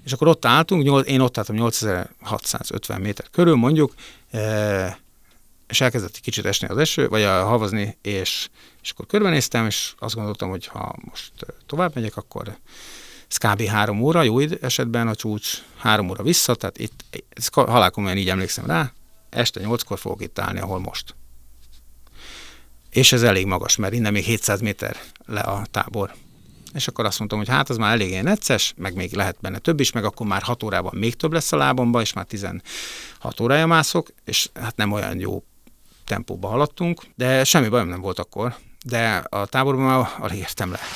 És akkor ott álltunk, én ott álltam 8650 méter körül mondjuk, és elkezdett egy kicsit esni az eső, vagy havazni, és akkor körbenéztem, és azt gondoltam, hogy ha most tovább megyek, akkor ez kb. 3 óra, jó esetben a csúcs, 3 óra vissza, tehát itt halálkomolyan így emlékszem rá, este 8-kor fogok itt állni, ahol most. És ez elég magas, mert innen még 700 méter le a tábor. És akkor azt mondtam, hogy hát az már elég necces, meg még lehet benne több is, meg akkor már 6 órában még több lesz a lábomba, és már 16 órája mászok, és hát nem olyan jó tempóba haladtunk, de semmi bajom nem volt akkor, de a táborban már alig értem le.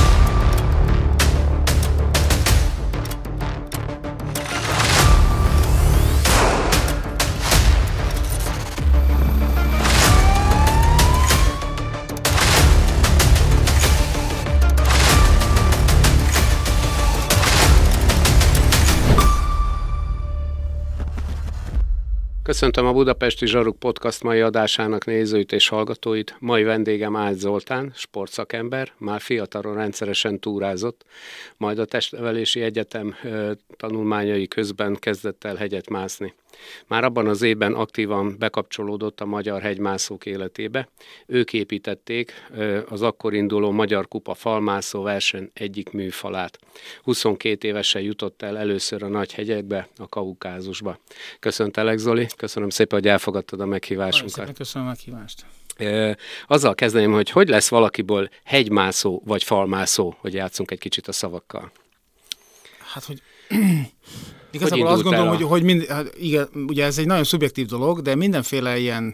Köszöntöm a Budapesti Zsaruk Podcast mai adásának nézőit és hallgatóit. Mai vendégem Ács Zoltán, sportszakember, már fiatalon rendszeresen túrázott, majd a Testnevelési Egyetem tanulmányai közben kezdett el hegyet mászni. Már abban az évben aktívan bekapcsolódott a magyar hegymászók életébe. Ők építették az akkor induló Magyar Kupa falmászó verseny egyik műfalát. 22 évesen jutott el először a nagy hegyekbe, a Kaukázusba. Köszöntelek, Zoli, köszönöm szépen, hogy elfogadtad a meghívásunkat. Szépen köszönöm a meghívást. Azzal kezdeném, hogy lesz valakiből hegymászó vagy falmászó, hogy játszunk egy kicsit a szavakkal. Hát, hogy... Igazából azt gondolom, hogy igen, ugye ez egy nagyon szubjektív dolog, de mindenféle ilyen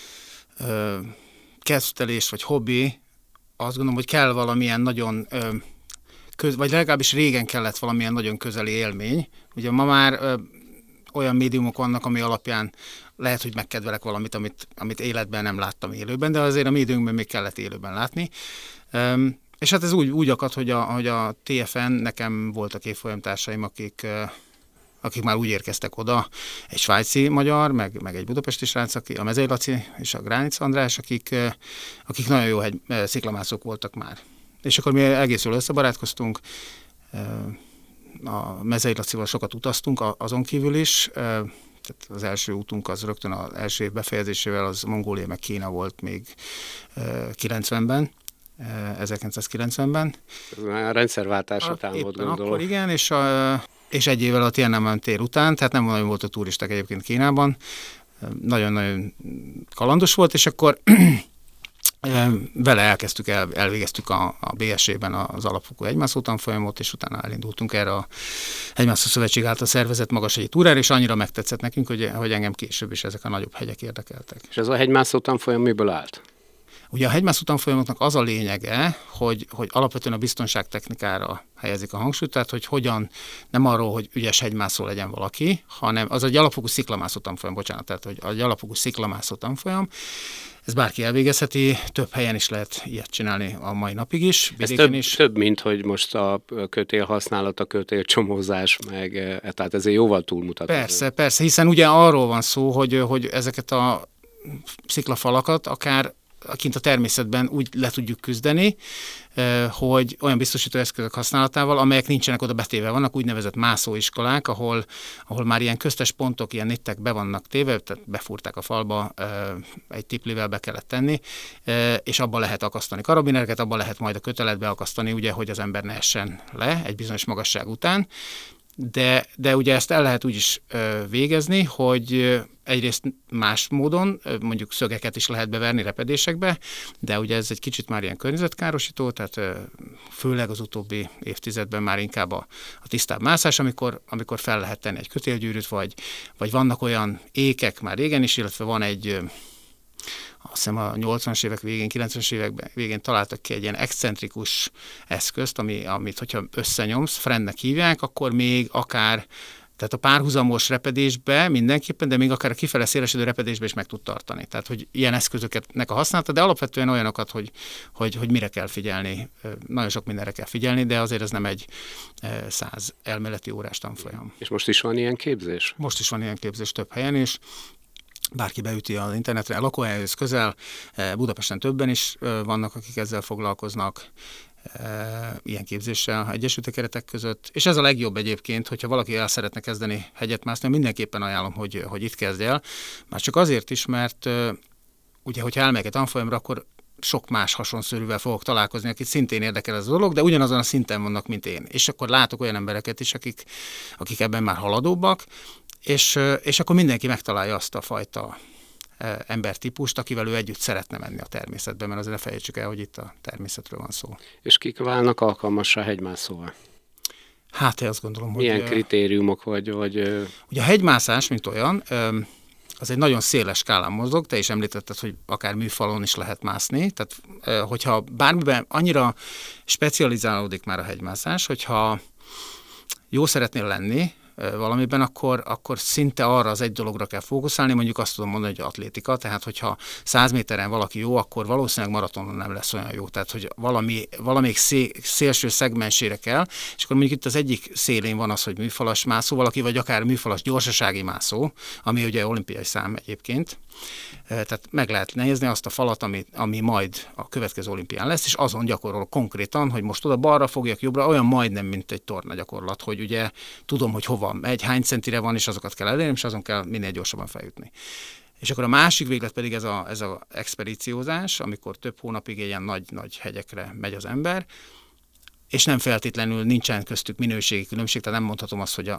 kezdtelés vagy hobbi, azt gondolom, hogy kell valamilyen nagyon, vagy legalábbis régen kellett valamilyen nagyon közeli élmény. Ugye ma már olyan médiumok vannak, ami alapján lehet, hogy megkedvelek valamit, amit életben nem láttam élőben, de azért a mi időnkben még kellett élőben látni. És hát ez úgy akadt, hogy a TFN nekem voltak évfolyamtársaim, akik már úgy érkeztek oda, egy svájci magyar, meg egy budapesti srác, a Mezei Laci és a Gránic András, akik nagyon jó sziklamászók voltak már. És akkor mi egészül összebarátkoztunk, a Mezei Lacival sokat utaztunk, azon kívül is, tehát az első útunk az rögtön az első év befejezésével, az Mongólia meg Kína volt még 90-ben. 1990-ben. A rendszerváltás után volt, gondolom. Akkor igen, és egy évvel a Tiananmen tér után, tehát nem nagyon voltak turisták egyébként Kínában. Nagyon-nagyon kalandos volt, és akkor vele elvégeztük a BSE-ben az alapfokú hegymászó tanfolyamot, és utána elindultunk erre a Hegymászó Szövetség által szervezett magashegyi túrára, és annyira megtetszett nekünk, hogy engem később is ezek a nagyobb hegyek érdekeltek. És ez a hegymászó tanfolyam miből állt? Ugye a hegymászó tanfolyamoknak az a lényege, hogy alapvetően a biztonságtechnikára helyezik a hangsúlyt, tehát hogy hogyan, nem arról, hogy ügyes hegymászó legyen valaki, hanem az egy alapfokú sziklamászó tanfolyam, tehát hogy egy alapfokú sziklamászó tanfolyam, ez bárki elvégezheti, több helyen is lehet ilyet csinálni a mai napig is. Ez több, mint hogy most a kötélhasználat, a kötélcsomózás, tehát ezért jóval túlmutat. Persze, hiszen ugye arról van szó, hogy ezeket a sziklafalakat akár kint a természetben úgy le tudjuk küzdeni, hogy olyan biztosító eszközök használatával, amelyek nincsenek oda betéve. Vannak úgynevezett mászóiskolák, ahol már ilyen köztes pontok, ilyen nittek be vannak téve, tehát befúrták a falba, egy tiplivel be kellett tenni, és abban lehet akasztani karabinereket, abban lehet majd a köteletbe akasztani, ugye, hogy az ember ne essen le egy bizonyos magasság után. De ugye ezt el lehet úgy is végezni, hogy egyrészt más módon, mondjuk szögeket is lehet beverni repedésekbe, de ugye ez egy kicsit már ilyen környezetkárosító, tehát főleg az utóbbi évtizedben már inkább a tisztább mászás, amikor fel lehet tenni egy kötélgyűrűt, vagy vannak olyan ékek már régen is, illetve van egy, azt hiszem a 80-as évek végén, 90-es évek végén találtak ki egy ilyen excentrikus eszközt, amit hogyha összenyomsz, Friendnek hívják, akkor még akár, tehát a párhuzamos repedésbe mindenképpen, de még akár a kifele szélesedő repedésbe is meg tud tartani. Tehát, hogy ilyen eszközöknek a használata, de alapvetően olyanokat, hogy mire kell figyelni. Nagyon sok mindenre kell figyelni, de azért ez nem egy 100 elméleti órás tanfolyam. És most is van ilyen képzés? Most is van ilyen képzés több helyen is. Bárki beüti az internetre, a lakóhelyhez közel, Budapesten többen is vannak, akik ezzel foglalkoznak, ilyen képzéssel egyesültek keretek között. És ez a legjobb egyébként, hogyha valaki el szeretne kezdeni hegyet mászni, mindenképpen ajánlom, hogy itt kezdj el. Már csak azért is, mert ugye, hogyha elmegyek egy tanfolyamra, akkor sok más hasonszörűvel fogok találkozni, akit szintén érdekel ez a dolog, de ugyanazon a szinten vannak, mint én. És akkor látok olyan embereket is, akik ebben már haladóbbak, és akkor mindenki megtalálja azt a fajta embertípust, akivel ő együtt szeretne menni a természetbe, mert azért ne felejtsük el, hogy itt a természetről van szó. És kik válnak alkalmassá hegymászóval? Hát én azt gondolom, hogy... Milyen kritériumok vagy... Ugye a hegymászás, mint olyan, az egy nagyon széles skálán mozog, te is említetted, hogy akár műfalon is lehet mászni, tehát hogyha bármiben annyira specializálódik már a hegymászás, hogyha jó szeretnél lenni valamiben, akkor szinte arra az egy dologra kell fókuszálni, mondjuk azt tudom mondani, hogy atlétika, tehát hogyha 100 méteren valaki jó, akkor valószínűleg maratonon nem lesz olyan jó, tehát hogy valamelyik szélső szegmensére kell, és akkor mondjuk itt az egyik szélén van az, hogy műfalas mászó valaki, vagy akár műfalas gyorsasági mászó, ami ugye olimpiai szám egyébként, tehát meg lehet nézni azt a falat, ami majd a következő olimpián lesz, és azon gyakorol konkrétan, hogy most oda balra fogjak, jobbra, olyan majdnem, mint egy torna gyakorlat, hogy ugye tudom, hogy hova megy, hány centire van, és azokat kell elérni, és azon kell minél gyorsabban feljutni. És akkor a másik véglet pedig ez az expedíciózás, amikor több hónapig ilyen nagy hegyekre megy az ember, és nem feltétlenül nincsen köztük minőségi különbség, tehát nem mondhatom azt, hogy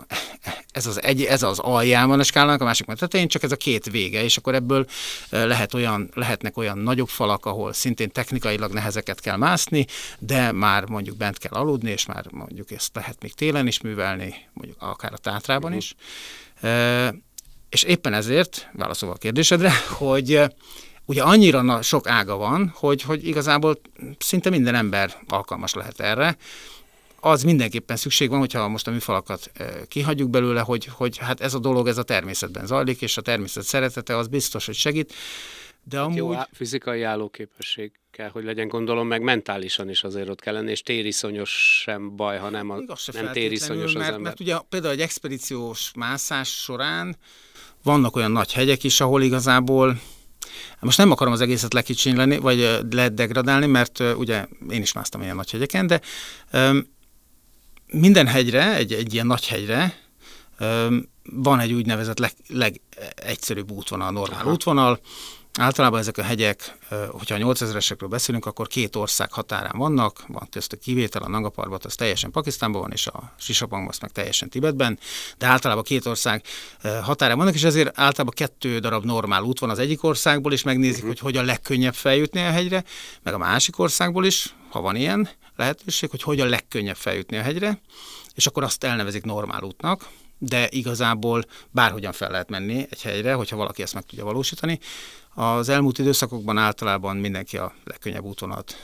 ez az alján van a skálának, a másik meg tetején, csak ez a két vége, és akkor ebből lehetnek olyan nagyobb falak, ahol szintén technikailag nehezeket kell mászni, de már mondjuk bent kell aludni, és már mondjuk ezt lehet még télen is művelni, mondjuk akár a Tátrában is. És éppen ezért, válaszolva a kérdésedre, hogy ugye annyira sok ága van, hogy igazából szinte minden ember alkalmas lehet erre. Az mindenképpen szükség van, hogyha most a műfalakat kihagyjuk belőle, hogy hát ez a dolog, ez a természetben zajlik, és a természet szeretete az biztos, hogy segít. De amúgy... Jó, fizikai állóképesség kell, hogy legyen, gondolom, meg mentálisan is azért ott kell lenni, és tériszonyos sem baj, ha nem tériszonyos az ember. Mert ugye például egy expedíciós mászás során vannak olyan nagy hegyek is, ahol igazából most nem akarom az egészet lekicsinyleni, vagy ledegradálni, mert ugye én is másztam ilyen nagy hegyeken, de minden hegyre, egy ilyen nagy hegyre van egy úgynevezett legegyszerűbb útvonal, normál útvonal. Általában ezek a hegyek, hogyha a 8000-esekről beszélünk, akkor 2 ország határán vannak, van köztük kivétel, a Nanga Parbat az teljesen Pakisztánban van, és a Sisapang az meg teljesen Tibetben, de általában 2 ország határán vannak, és ezért általában 2 darab normál út van az egyik országból, és megnézik, hogy a legkönnyebb feljutni a hegyre, meg a másik országból is, ha van ilyen lehetőség, hogy a legkönnyebb feljutni a hegyre, és akkor azt elnevezik normál útnak, de igazából bárhogyan fel lehet menni egy helyre, hogyha valaki ezt meg tudja valósítani. Az elmúlt időszakokban általában mindenki a legkönnyebb útvonalat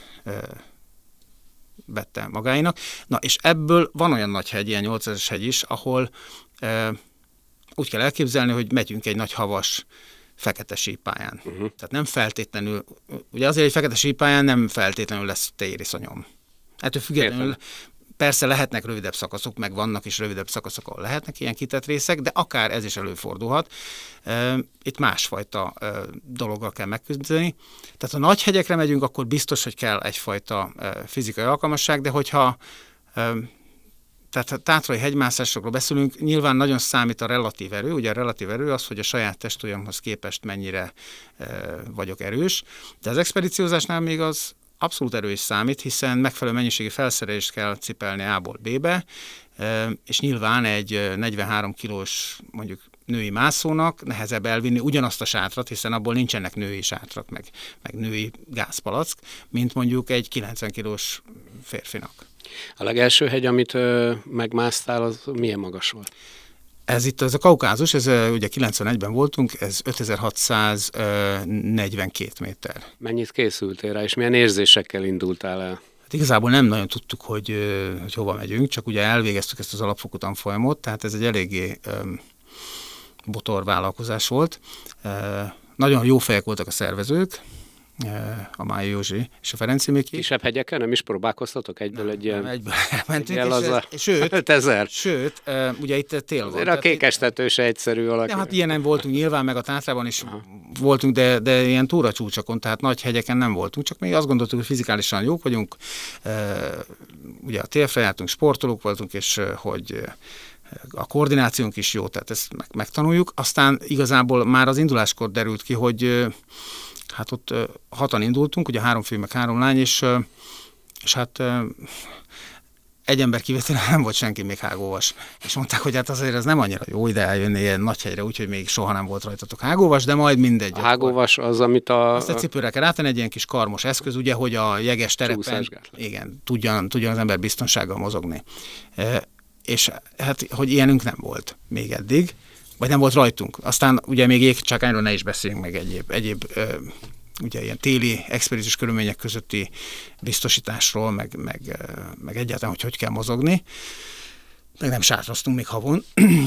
vette magáinak. Na, és ebből van olyan nagy hegy, ilyen 8000-es hegy is, ahol úgy kell elképzelni, hogy megyünk egy nagy havas fekete sípályán. Tehát nem feltétlenül, ugye azért egy fekete sípályán nem feltétlenül lesz tériszonyom. Ettől függetlenül persze lehetnek rövidebb szakaszok, meg vannak is rövidebb szakaszok, ahol lehetnek ilyen kitett részek, de akár ez is előfordulhat. Itt másfajta dologgal kell megküzdeni. Tehát ha nagy hegyekre megyünk, akkor biztos, hogy kell egyfajta fizikai alkalmasság, de hogyha tehát a tátrai hegymászásokról beszélünk, nyilván nagyon számít a relatív erő. Ugye a relatív erő az, hogy a saját testúlyamhoz képest mennyire vagyok erős, de az expedíciózásnál még az abszolút erő is számít, hiszen megfelelő mennyiségű felszerelést kell cipelni A-ból B-be, és nyilván egy 43 kilós mondjuk női mászónak nehezebb elvinni ugyanazt a sátrat, hiszen abból nincsenek női sátrak, meg női gázpalack, mint mondjuk egy 90 kilós férfinak. A legelső hegy, amit megmásztál, az milyen magas volt? Ez a Kaukázus, ez ugye 91-ben voltunk, ez 5642 méter. Mennyit készültél rá, és milyen érzésekkel indultál el? Hát igazából nem nagyon tudtuk, hogy hova megyünk, csak ugye elvégeztük ezt az alapfokú tanfolyamot, tehát ez egy eléggé botor vállalkozás volt. Nagyon jó fejek voltak a szervezők, a Máj Józsi és a Ferenci Miki. Kisebb hegyeken nem is próbálkoztatok egyből egy ilyen... Egyből mentünk, sőt, ugye itt tél van. Azért a Kékestető se egyszerű alak. De hát ilyenem voltunk nyilván, meg a Tátrában is voltunk, de ilyen túracsúcsokon, tehát nagy hegyeken nem voltunk, csak még azt gondoltuk, hogy fizikálisan jók vagyunk. Ugye a térfre jártunk, sportolók voltunk, és hogy a koordinációnk is jó, tehát ezt megtanuljuk. Aztán igazából már az induláskor derült ki, hogy hát ott 6-an indultunk, ugye 3 fiú, meg 3 lány, és hát egy ember kivételen nem volt senki még hágóvas. És mondták, hogy hát azért ez nem annyira jó ide eljönni ilyen nagy hegyre, úgyhogy még soha nem volt rajtatok hágóvas, de majd mindegy. A hágóvas az, amit azt egy cipőre kell rátenni, egy ilyen kis karmos eszköz, ugye, hogy a jeges terepen tudjon az ember biztonsággal mozogni. És hát, hogy ilyenünk nem volt még eddig, vagy nem volt rajtunk. Aztán ugye még jégcsákányról ne is beszéljünk, meg egyéb ugye ilyen téli expedíciós körülmények közötti biztosításról, meg egyáltalán, hogy kell mozogni. Meg nem sátroztunk még havon.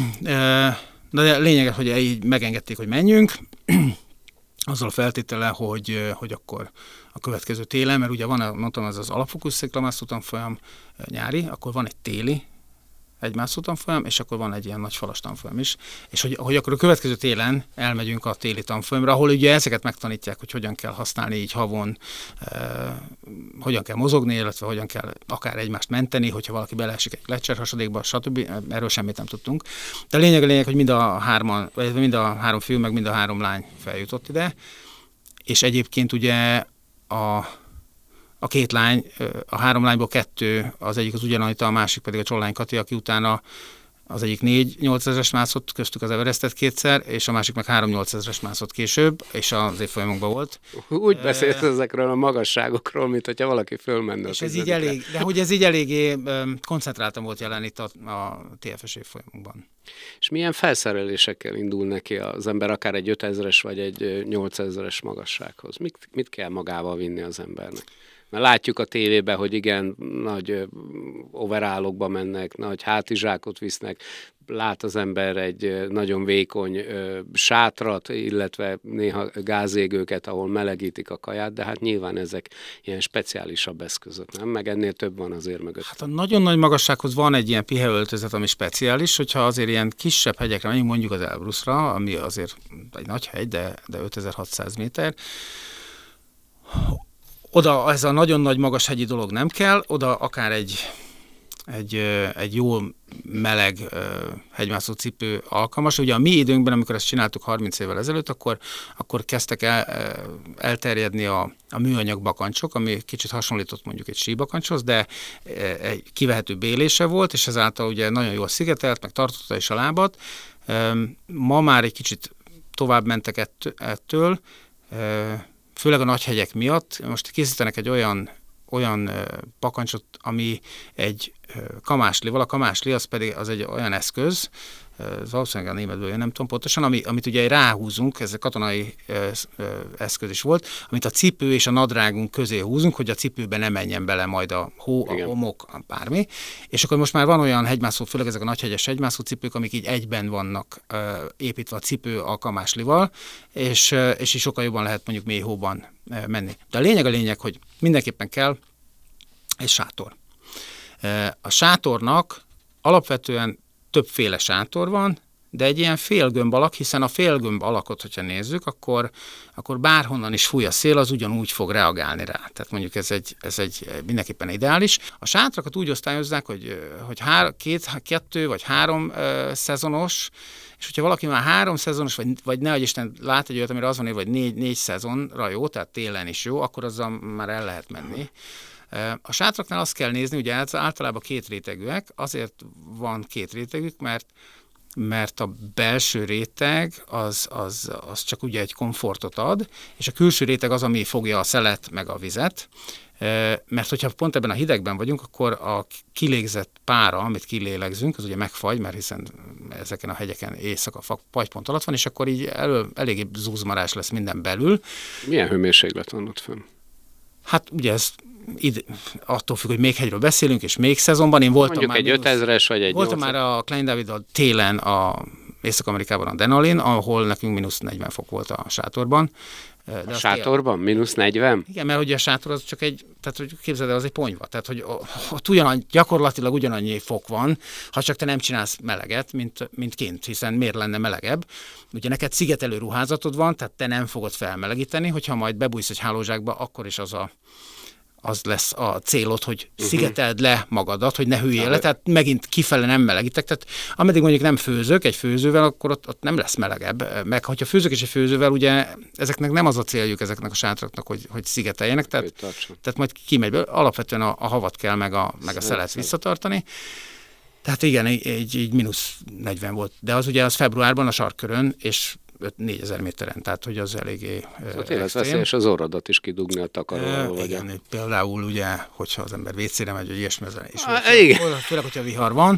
De lényeges, hogy így megengedték, hogy menjünk, azzal a feltétele, hogy akkor a következő télen, mert ugye van, mondtam, az alapfokú sziklamászó tanfolyam nyári, akkor van egy téli egymászó tanfolyam, és akkor van egy ilyen nagy falas tanfolyam is. És hogy akkor a következő télen elmegyünk a téli tanfolyamra, ahol ugye ezeket megtanítják, hogy hogyan kell használni így havon, hogyan kell mozogni, illetve hogyan kell akár egymást menteni, hogyha valaki beleesik egy lecserhasadékba, stb. Erről semmit nem tudtunk. De a lényeg, hogy mind a 3 fiú, meg mind a 3 lány feljutott ide, és egyébként ugye a 2 lány, a 3 lányból 2, az egyik az ugyanannyit, a másik pedig a Csollány Kati, aki utána az egyik 4-8 mászott, köztük az Everestet 2-szer, és a másik meg 3-8 mászott később, és az évfolyamokban volt. Úgy beszélt ezekről a magasságokról, mint hogyha valaki fölmenne. És ez így elég, de hogy ez így eléggé koncentráltan volt jelen itt a TFS évfolyamokban. És milyen felszerelésekkel indul neki az ember, akár egy 5000-es vagy egy 8000-es magassághoz? Mit kell magával vinni az embernek? Mert látjuk a tévében, hogy igen, nagy overallokba mennek, nagy hátizsákot visznek, lát az ember egy nagyon vékony sátrat, illetve néha gázégőket, ahol melegítik a kaját, de hát nyilván ezek ilyen speciálisabb eszközök, nem? Meg ennél több van azért mögött. Hát a nagyon nagy magassághoz van egy ilyen piheöltözet, ami speciális, hogyha azért ilyen kisebb hegyekre megyünk, mondjuk az Elbrusra, ami azért egy nagy hegy, de 5600 méter, oda ez a nagyon nagy magas hegyi dolog nem kell, oda akár egy jó meleg hegymászó cipő alkalmas. Ugye a mi időnkben, amikor ezt csináltuk 30 évvel ezelőtt, akkor kezdtek elterjedni a műanyag bakancsok, ami kicsit hasonlított mondjuk egy síbakancshoz, de egy kivehető bélése volt, és ezáltal ugye nagyon jól szigetelt, meg tartotta is a lábat. Ma már egy kicsit tovább mentek ettől, főleg a nagy hegyek miatt. Most készítenek egy olyan pakancsot, ami egy kamáslival. A kamásli az pedig az egy olyan eszköz, valószínűleg a németből jön, nem tudom pontosan, amit ugye ráhúzunk, ez a katonai eszköz is volt, amit a cipő és a nadrágunk közé húzunk, hogy a cipőbe ne menjen bele majd a hó, a homok, a bármi. És akkor most már van olyan hegymászó, főleg ezek a nagyhegyes hegymászó cipők, amik így egyben vannak építve a cipő a kamáslival, és is sokkal jobban lehet mondjuk mély hóban menni. De a lényeg, hogy mindenképpen kell egy sátor. A sátornak alapvetően többféle sátor van, de egy ilyen félgömb alak, hiszen a félgömb alakot, hogyha nézzük, akkor bárhonnan is fúj a szél, az ugyanúgy fog reagálni rá. Tehát mondjuk ez egy mindenképpen ideális. A sátrakat úgy osztályozzák, hogy 2 vagy 3 szezonos, és hogyha valaki már 3 szezonos, vagy nehogy Isten lát egy olyat, amire az van írva, vagy 4 szezonra jó, tehát télen is jó, akkor azzal már el lehet menni. A sátraknál azt kell nézni, ugye általában 2 rétegűek, azért van 2 rétegük, mert a belső réteg az csak ugye egy komfortot ad, és a külső réteg az, ami fogja a szelet meg a vizet, mert hogyha pont ebben a hidegben vagyunk, akkor a kilégzett pára, amit kilélegzünk, az ugye megfagy, mert hiszen ezeken a hegyeken éjszaka fagypont alatt van, és akkor így eléggé zúzmarás lesz minden belül. Milyen hőmérséklet van ott fönn? Hát ugye ez attól függ, hogy még hegyről beszélünk, és még szezonban. Én voltam mondjuk már egy 5000-es vagy egy voltam 800. Már a Klein Daviddal télen Észak-Amerikában a Denalin, ahol nekünk -40 fok volt a sátorban. A sátorban? -40? Igen, mert ugye a sátor az csak tehát hogy képzeld el, az egy ponyva. Tehát, hogy ott gyakorlatilag ugyanannyi fok van, ha csak te nem csinálsz meleget, mint kint, hiszen miért lenne melegebb. Ugye neked szigetelő ruházatod van, tehát te nem fogod felmelegíteni, hogyha majd bebújsz egy hálózsákba, akkor is az lesz a célod, hogy szigeteld le magadat, hogy ne hűljél le, tehát megint kifele nem melegítek, tehát ameddig mondjuk nem főzök egy főzővel, akkor ott nem lesz melegebb. Meg hogyha főzök és egy főzővel, ugye ezeknek nem az a céljuk ezeknek a sátraknak, hogy szigeteljenek, tehát majd kimegy, alapvetően a havat kell, meg a szelet visszatartani. Tehát igen, így -40 volt, de az ugye az februárban a sarkkörön, és 4000 méteren, tehát hogy az eléggé tényleg veszélyes az orrodat is kidugni a takaróról. Igen, például ugye, hogyha az ember vécére megy, hogy ilyesmi is igen. Főleg, hogyha vihar van.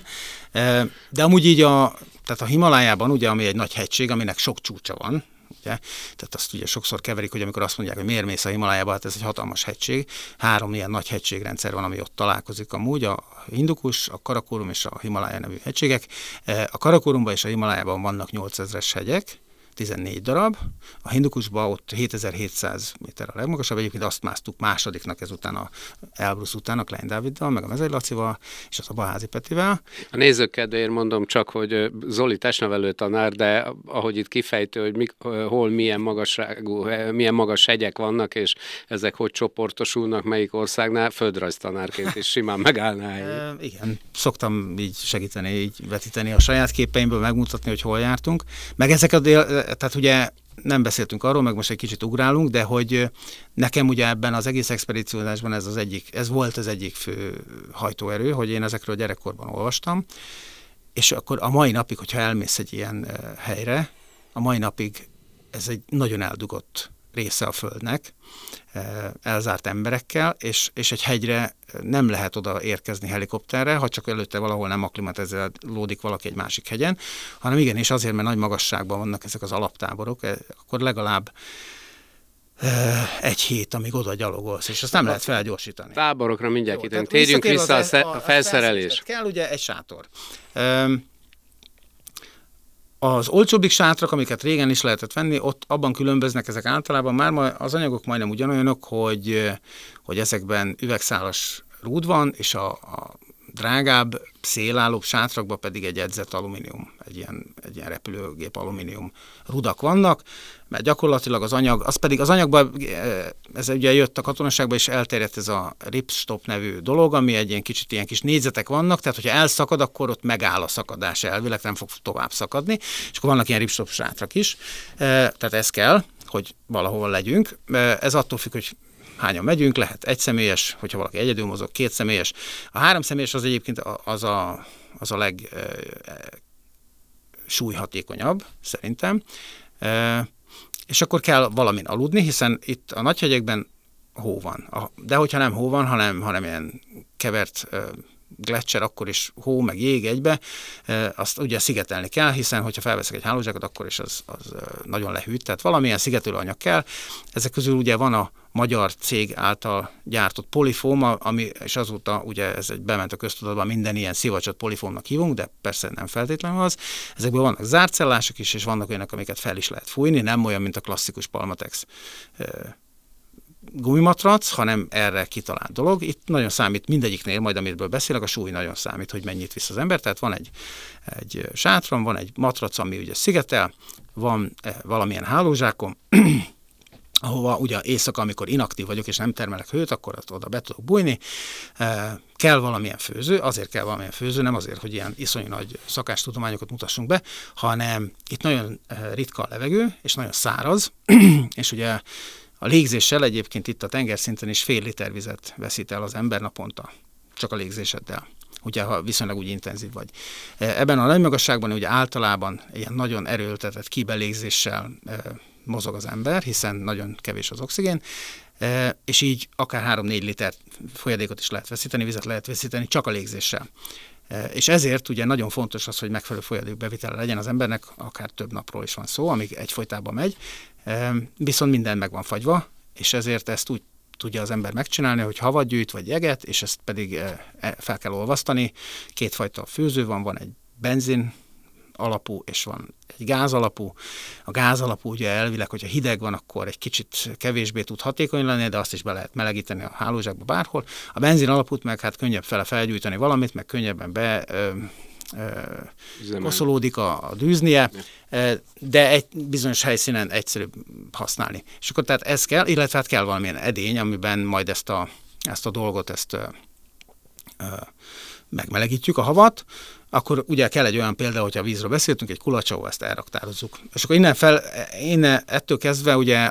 De amúgy így tehát a Himalájában, ugye, ami egy nagy hegység, aminek sok csúcsa van, ugye? Tehát azt ugye sokszor keverik, hogy amikor azt mondják, hogy miért mész a Himalájába, hát ez egy hatalmas hegység. 3 ilyen nagy hegységrendszer van, ami ott találkozik amúgy, a Hindukus, a Karakorum és a Himalája nevű hegységek. A Karakorumban és a Himalájában vannak 8000-es hegyek, 14 darab. A Hindukusban ott 7700 méter a legmagasabb, egyébként azt másztuk másodiknak ezután a Elbrus után, a Klein Dáviddal, meg a Mezei Lacival, és az a Baházi Petivel. A nézők kedvéért mondom csak, hogy Zoli testnevelő tanár, de ahogy itt kifejtő, hogy hol milyen magas hegyek vannak, és ezek hogy csoportosulnak, melyik országnál, földrajztanárként is simán megállná. Igen, szoktam így segíteni, így vetíteni a saját képeimből, megmutatni, hogy hol jártunk. Meg ezek tehát ugye nem beszéltünk arról, meg most egy kicsit ugrálunk, de hogy nekem ugye ebben az egész expedíciózásban ez volt az egyik fő hajtóerő, hogy én ezekről gyerekkorban olvastam, és akkor a mai napig, hogyha elmész egy ilyen helyre, a mai napig ez egy nagyon eldugott része a Földnek, elzárt emberekkel, és egy hegyre nem lehet oda érkezni helikopterre, ha csak előtte valahol nem akklimatizálódik valaki egy másik hegyen, hanem igenis azért, mert nagy magasságban vannak ezek az alaptáborok, akkor legalább egy hét, amíg oda gyalogolsz, és azt nem lehet felgyorsítani. Táborokra mindjárt kitérünk. Térjünk vissza a felszerelés. Kell ugye egy sátor. Az olcsóbbik sátrak, amiket régen is lehetett venni, ott abban különböznek ezek általában, már az anyagok majdnem ugyanolyanok, hogy ezekben üvegszálas rúd van, és a drágább, szélállóbb sátrakban pedig egy edzett alumínium, egy ilyen repülőgép alumínium rudak vannak, mert gyakorlatilag az anyag, az anyagban, ez ugye jött a katonaságban, és elterjedt ez a ripstop nevű dolog, ami egy ilyen kis négyzetek vannak, tehát hogyha elszakad, akkor ott megáll a szakadás elvileg, nem fog tovább szakadni, és akkor vannak ilyen ripstop sátrak is, tehát ez kell, hogy valahol legyünk. Ez attól függ, hogy hányan megyünk, lehet egyszemélyes, hogyha valaki egyedül mozog, 2 személyes. A 3 személyes az egyébként az a legsúlyhatékonyabb, szerintem. És akkor kell valamin aludni, hiszen itt a nagyhegyekben hó van. De hogyha nem hó van, hanem ilyen kevert gletszer, akkor is hó, meg jég egybe, azt ugye szigetelni kell, hiszen hogyha felveszek egy hálózsákot, akkor is az nagyon lehűt, tehát valamilyen szigetelőanyag kell. Ezek közül ugye van a magyar cég által gyártott polifóm, és azóta ugye bement a köztudatban, minden ilyen szivacsot polifómnak hívunk, de persze nem feltétlenül az. Ezekből vannak zártcellások is, és vannak olyanok, amiket fel is lehet fújni, nem olyan, mint a klasszikus Palmatex gumimatrac, hanem erre kitalált dolog. Itt nagyon számít mindegyiknél, majd amiről beszélek, a súly nagyon számít, hogy mennyit visz az ember. Tehát van egy sátram, van egy matrac, ami ugye szigetel, van valamilyen hálózsákom, ahova ugye éjszaka, amikor inaktív vagyok, és nem termelek hőt, akkor oda be tudok bújni. Kell valamilyen főző, azért kell valamilyen főző, nem azért, hogy ilyen iszonyú nagy szakástudományokat mutassunk be, hanem itt nagyon ritka a levegő, és nagyon száraz, és ugye a légzéssel egyébként itt a tengerszinten is fél liter vizet veszít el az ember naponta, csak a légzéseddel, ugye ha viszonylag úgy intenzív vagy. Ebben a nagy magasságban ugye általában ilyen nagyon erőltetett kibelégzéssel mozog az ember, hiszen nagyon kevés az oxigén, és így akár 3-4 liter folyadékot is lehet veszíteni, vizet lehet veszíteni csak a légzéssel. És ezért ugye nagyon fontos az, hogy megfelelő folyadékbevitele legyen az embernek, akár több napról is van szó, amíg egyfolytában megy, viszont minden meg van fagyva, és ezért ezt úgy tudja az ember megcsinálni, hogy havat gyűjt, vagy jeget, és ezt pedig fel kell olvasztani. 2 fajta főző van egy benzin alapú, és van egy gáz alapú. A gáz alapú ugye elvileg, hogyha hideg van, akkor egy kicsit kevésbé tud hatékony lenni, de azt is be lehet melegíteni a hálózsákba bárhol. A benzin alapút meg hát könnyebb felgyújtani valamit, meg könnyebben koszolódik a dűznie, de egy bizonyos helyszínen egyszerűbb használni. És akkor tehát ez kell, illetve hát kell valamilyen edény, amiben majd ezt a dolgot, megmelegítjük, a havat, akkor ugye kell egy olyan példa, hogyha a vízről beszéltünk, egy kulacs, ahol ezt elraktározzuk. És akkor ettől kezdve ugye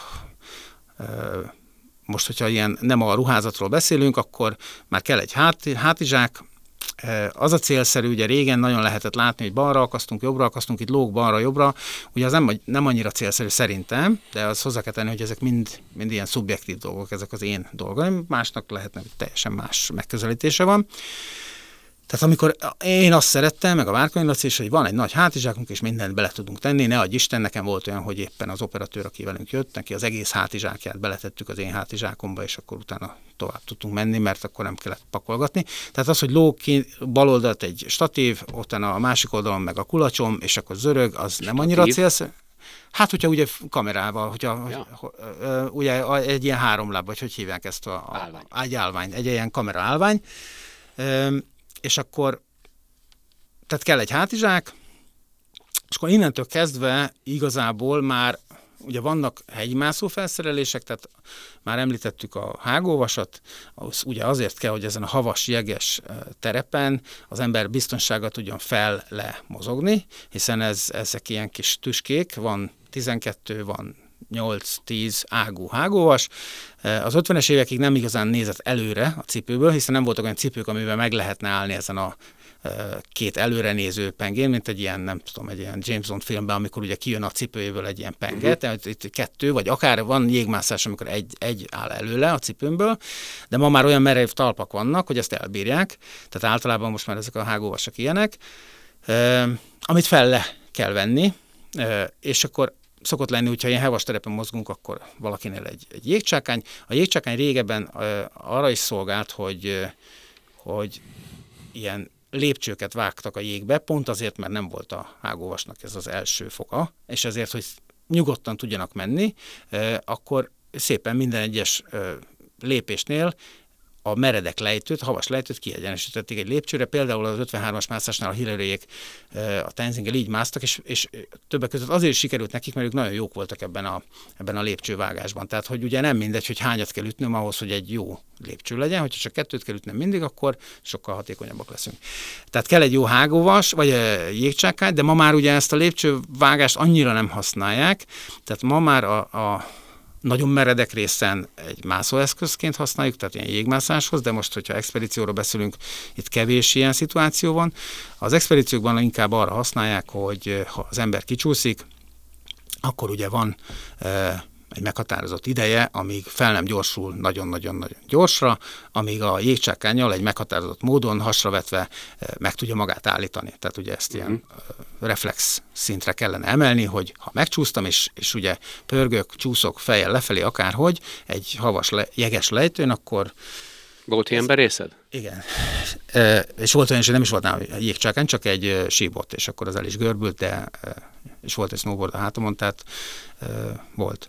most, hogyha ilyen nem a ruházatról beszélünk, akkor már kell egy hátizsák. Az a célszerű, ugye régen nagyon lehetett látni, hogy balra akasztunk, jobbra akasztunk, itt lóg balra-jobbra, ugye az nem annyira célszerű szerintem, de az hozzá kell tenni, hogy ezek mind ilyen szubjektív dolgok, ezek az én dolgaim, másnak lehetne, hogy teljesen más megközelítése van. Tehát amikor én azt szerettem, meg a Várkonyi Laci is, hogy van egy nagy hátizsákunk, és mindent bele tudunk tenni, ne adj Isten, nekem volt olyan, hogy éppen az operatőr, aki velünk jött, neki az egész hátizsákját beletettük az én hátizsákomba, és akkor utána tovább tudtunk menni, mert akkor nem kellett pakolgatni. Tehát az, hogy lóg ki bal oldalt egy statív, utána a másik oldalon meg a kulacsom, és akkor zörög, az nem annyira célszerű. Hát, hogyha ugye kamerával, ugye egy ilyen háromláb, vagy hogy hívják ezt egy állvány, egy ilyen kamera állvány, és akkor, tehát kell egy hátizsák, és akkor innentől kezdve igazából már ugye vannak hegymászó felszerelések, tehát már említettük a hágóvasat, ugye azért kell, hogy ezen a havas, jeges terepen az ember biztonsággal tudjon fel-le mozogni, hiszen ezek ilyen kis tüskék, van 12, van 8-10 ágú hágóvas. Az 50-es évekig nem igazán nézett előre a cipőből, hiszen nem voltak olyan cipők, amivel meg lehetne állni ezen a két előre néző pengén, mint egy ilyen, nem tudom, egy ilyen James Bond filmben, amikor ugye kijön a cipőjéből egy ilyen penge, tehát itt kettő, vagy akár van jégmászás, amikor egy áll előle a cipőmből, de ma már olyan merev talpak vannak, hogy ezt elbírják, tehát általában most már ezek a hágóvasak ilyenek, amit fel kell venni, és akkor szokott lenni, hogyha ilyen hevas terepen mozgunk, akkor valakinél egy jégcsákány. A jégcsákány régebben arra is szolgált, hogy ilyen lépcsőket vágtak a jégbe, pont azért, mert nem volt a hágóvasnak ez az első foka, és ezért, hogy nyugodtan tudjanak menni, akkor szépen minden egyes lépésnél a meredek lejtőt, a havas lejtőt kiegyenesítették egy lépcsőre. Például az 53-as mászásnál a Hillary-ék a Tenzingel így másztak, és többek között azért sikerült nekik, mert ők nagyon jók voltak ebben a lépcsővágásban. Tehát, hogy ugye nem mindegy, hogy hányat kell ütnöm ahhoz, hogy egy jó lépcső legyen, hogyha csak 2 kell ütnöm mindig, akkor sokkal hatékonyabbak leszünk. Tehát kell egy jó hágóvas, vagy jégcsákány, de ma már ugye ezt a lépcsővágást annyira nem használják, tehát ma már a nagyon meredek részen egy mászóeszközként használjuk, tehát ilyen jégmászáshoz, de most, hogyha expedícióról beszélünk, itt kevés ilyen szituáció van. Az expedíciókban inkább arra használják, hogy ha az ember kicsúszik, akkor ugye van egy meghatározott ideje, amíg fel nem gyorsul nagyon-nagyon-nagyon gyorsra, amíg a jégcsákánnyal egy meghatározott módon hasravetve meg tudja magát állítani. Tehát ugye ezt ilyen reflex szintre kellene emelni, hogy ha megcsúsztam, és ugye pörgök, csúszok fejjel lefelé akárhogy, egy havas, jeges lejtőn, akkor... Volt ilyen berészed? Igen. És volt olyan, hogy nem is volt nálam jégcsákány, csak egy síbot, és akkor az el is görbült, és volt egy snowboard a hátamon, tehát volt.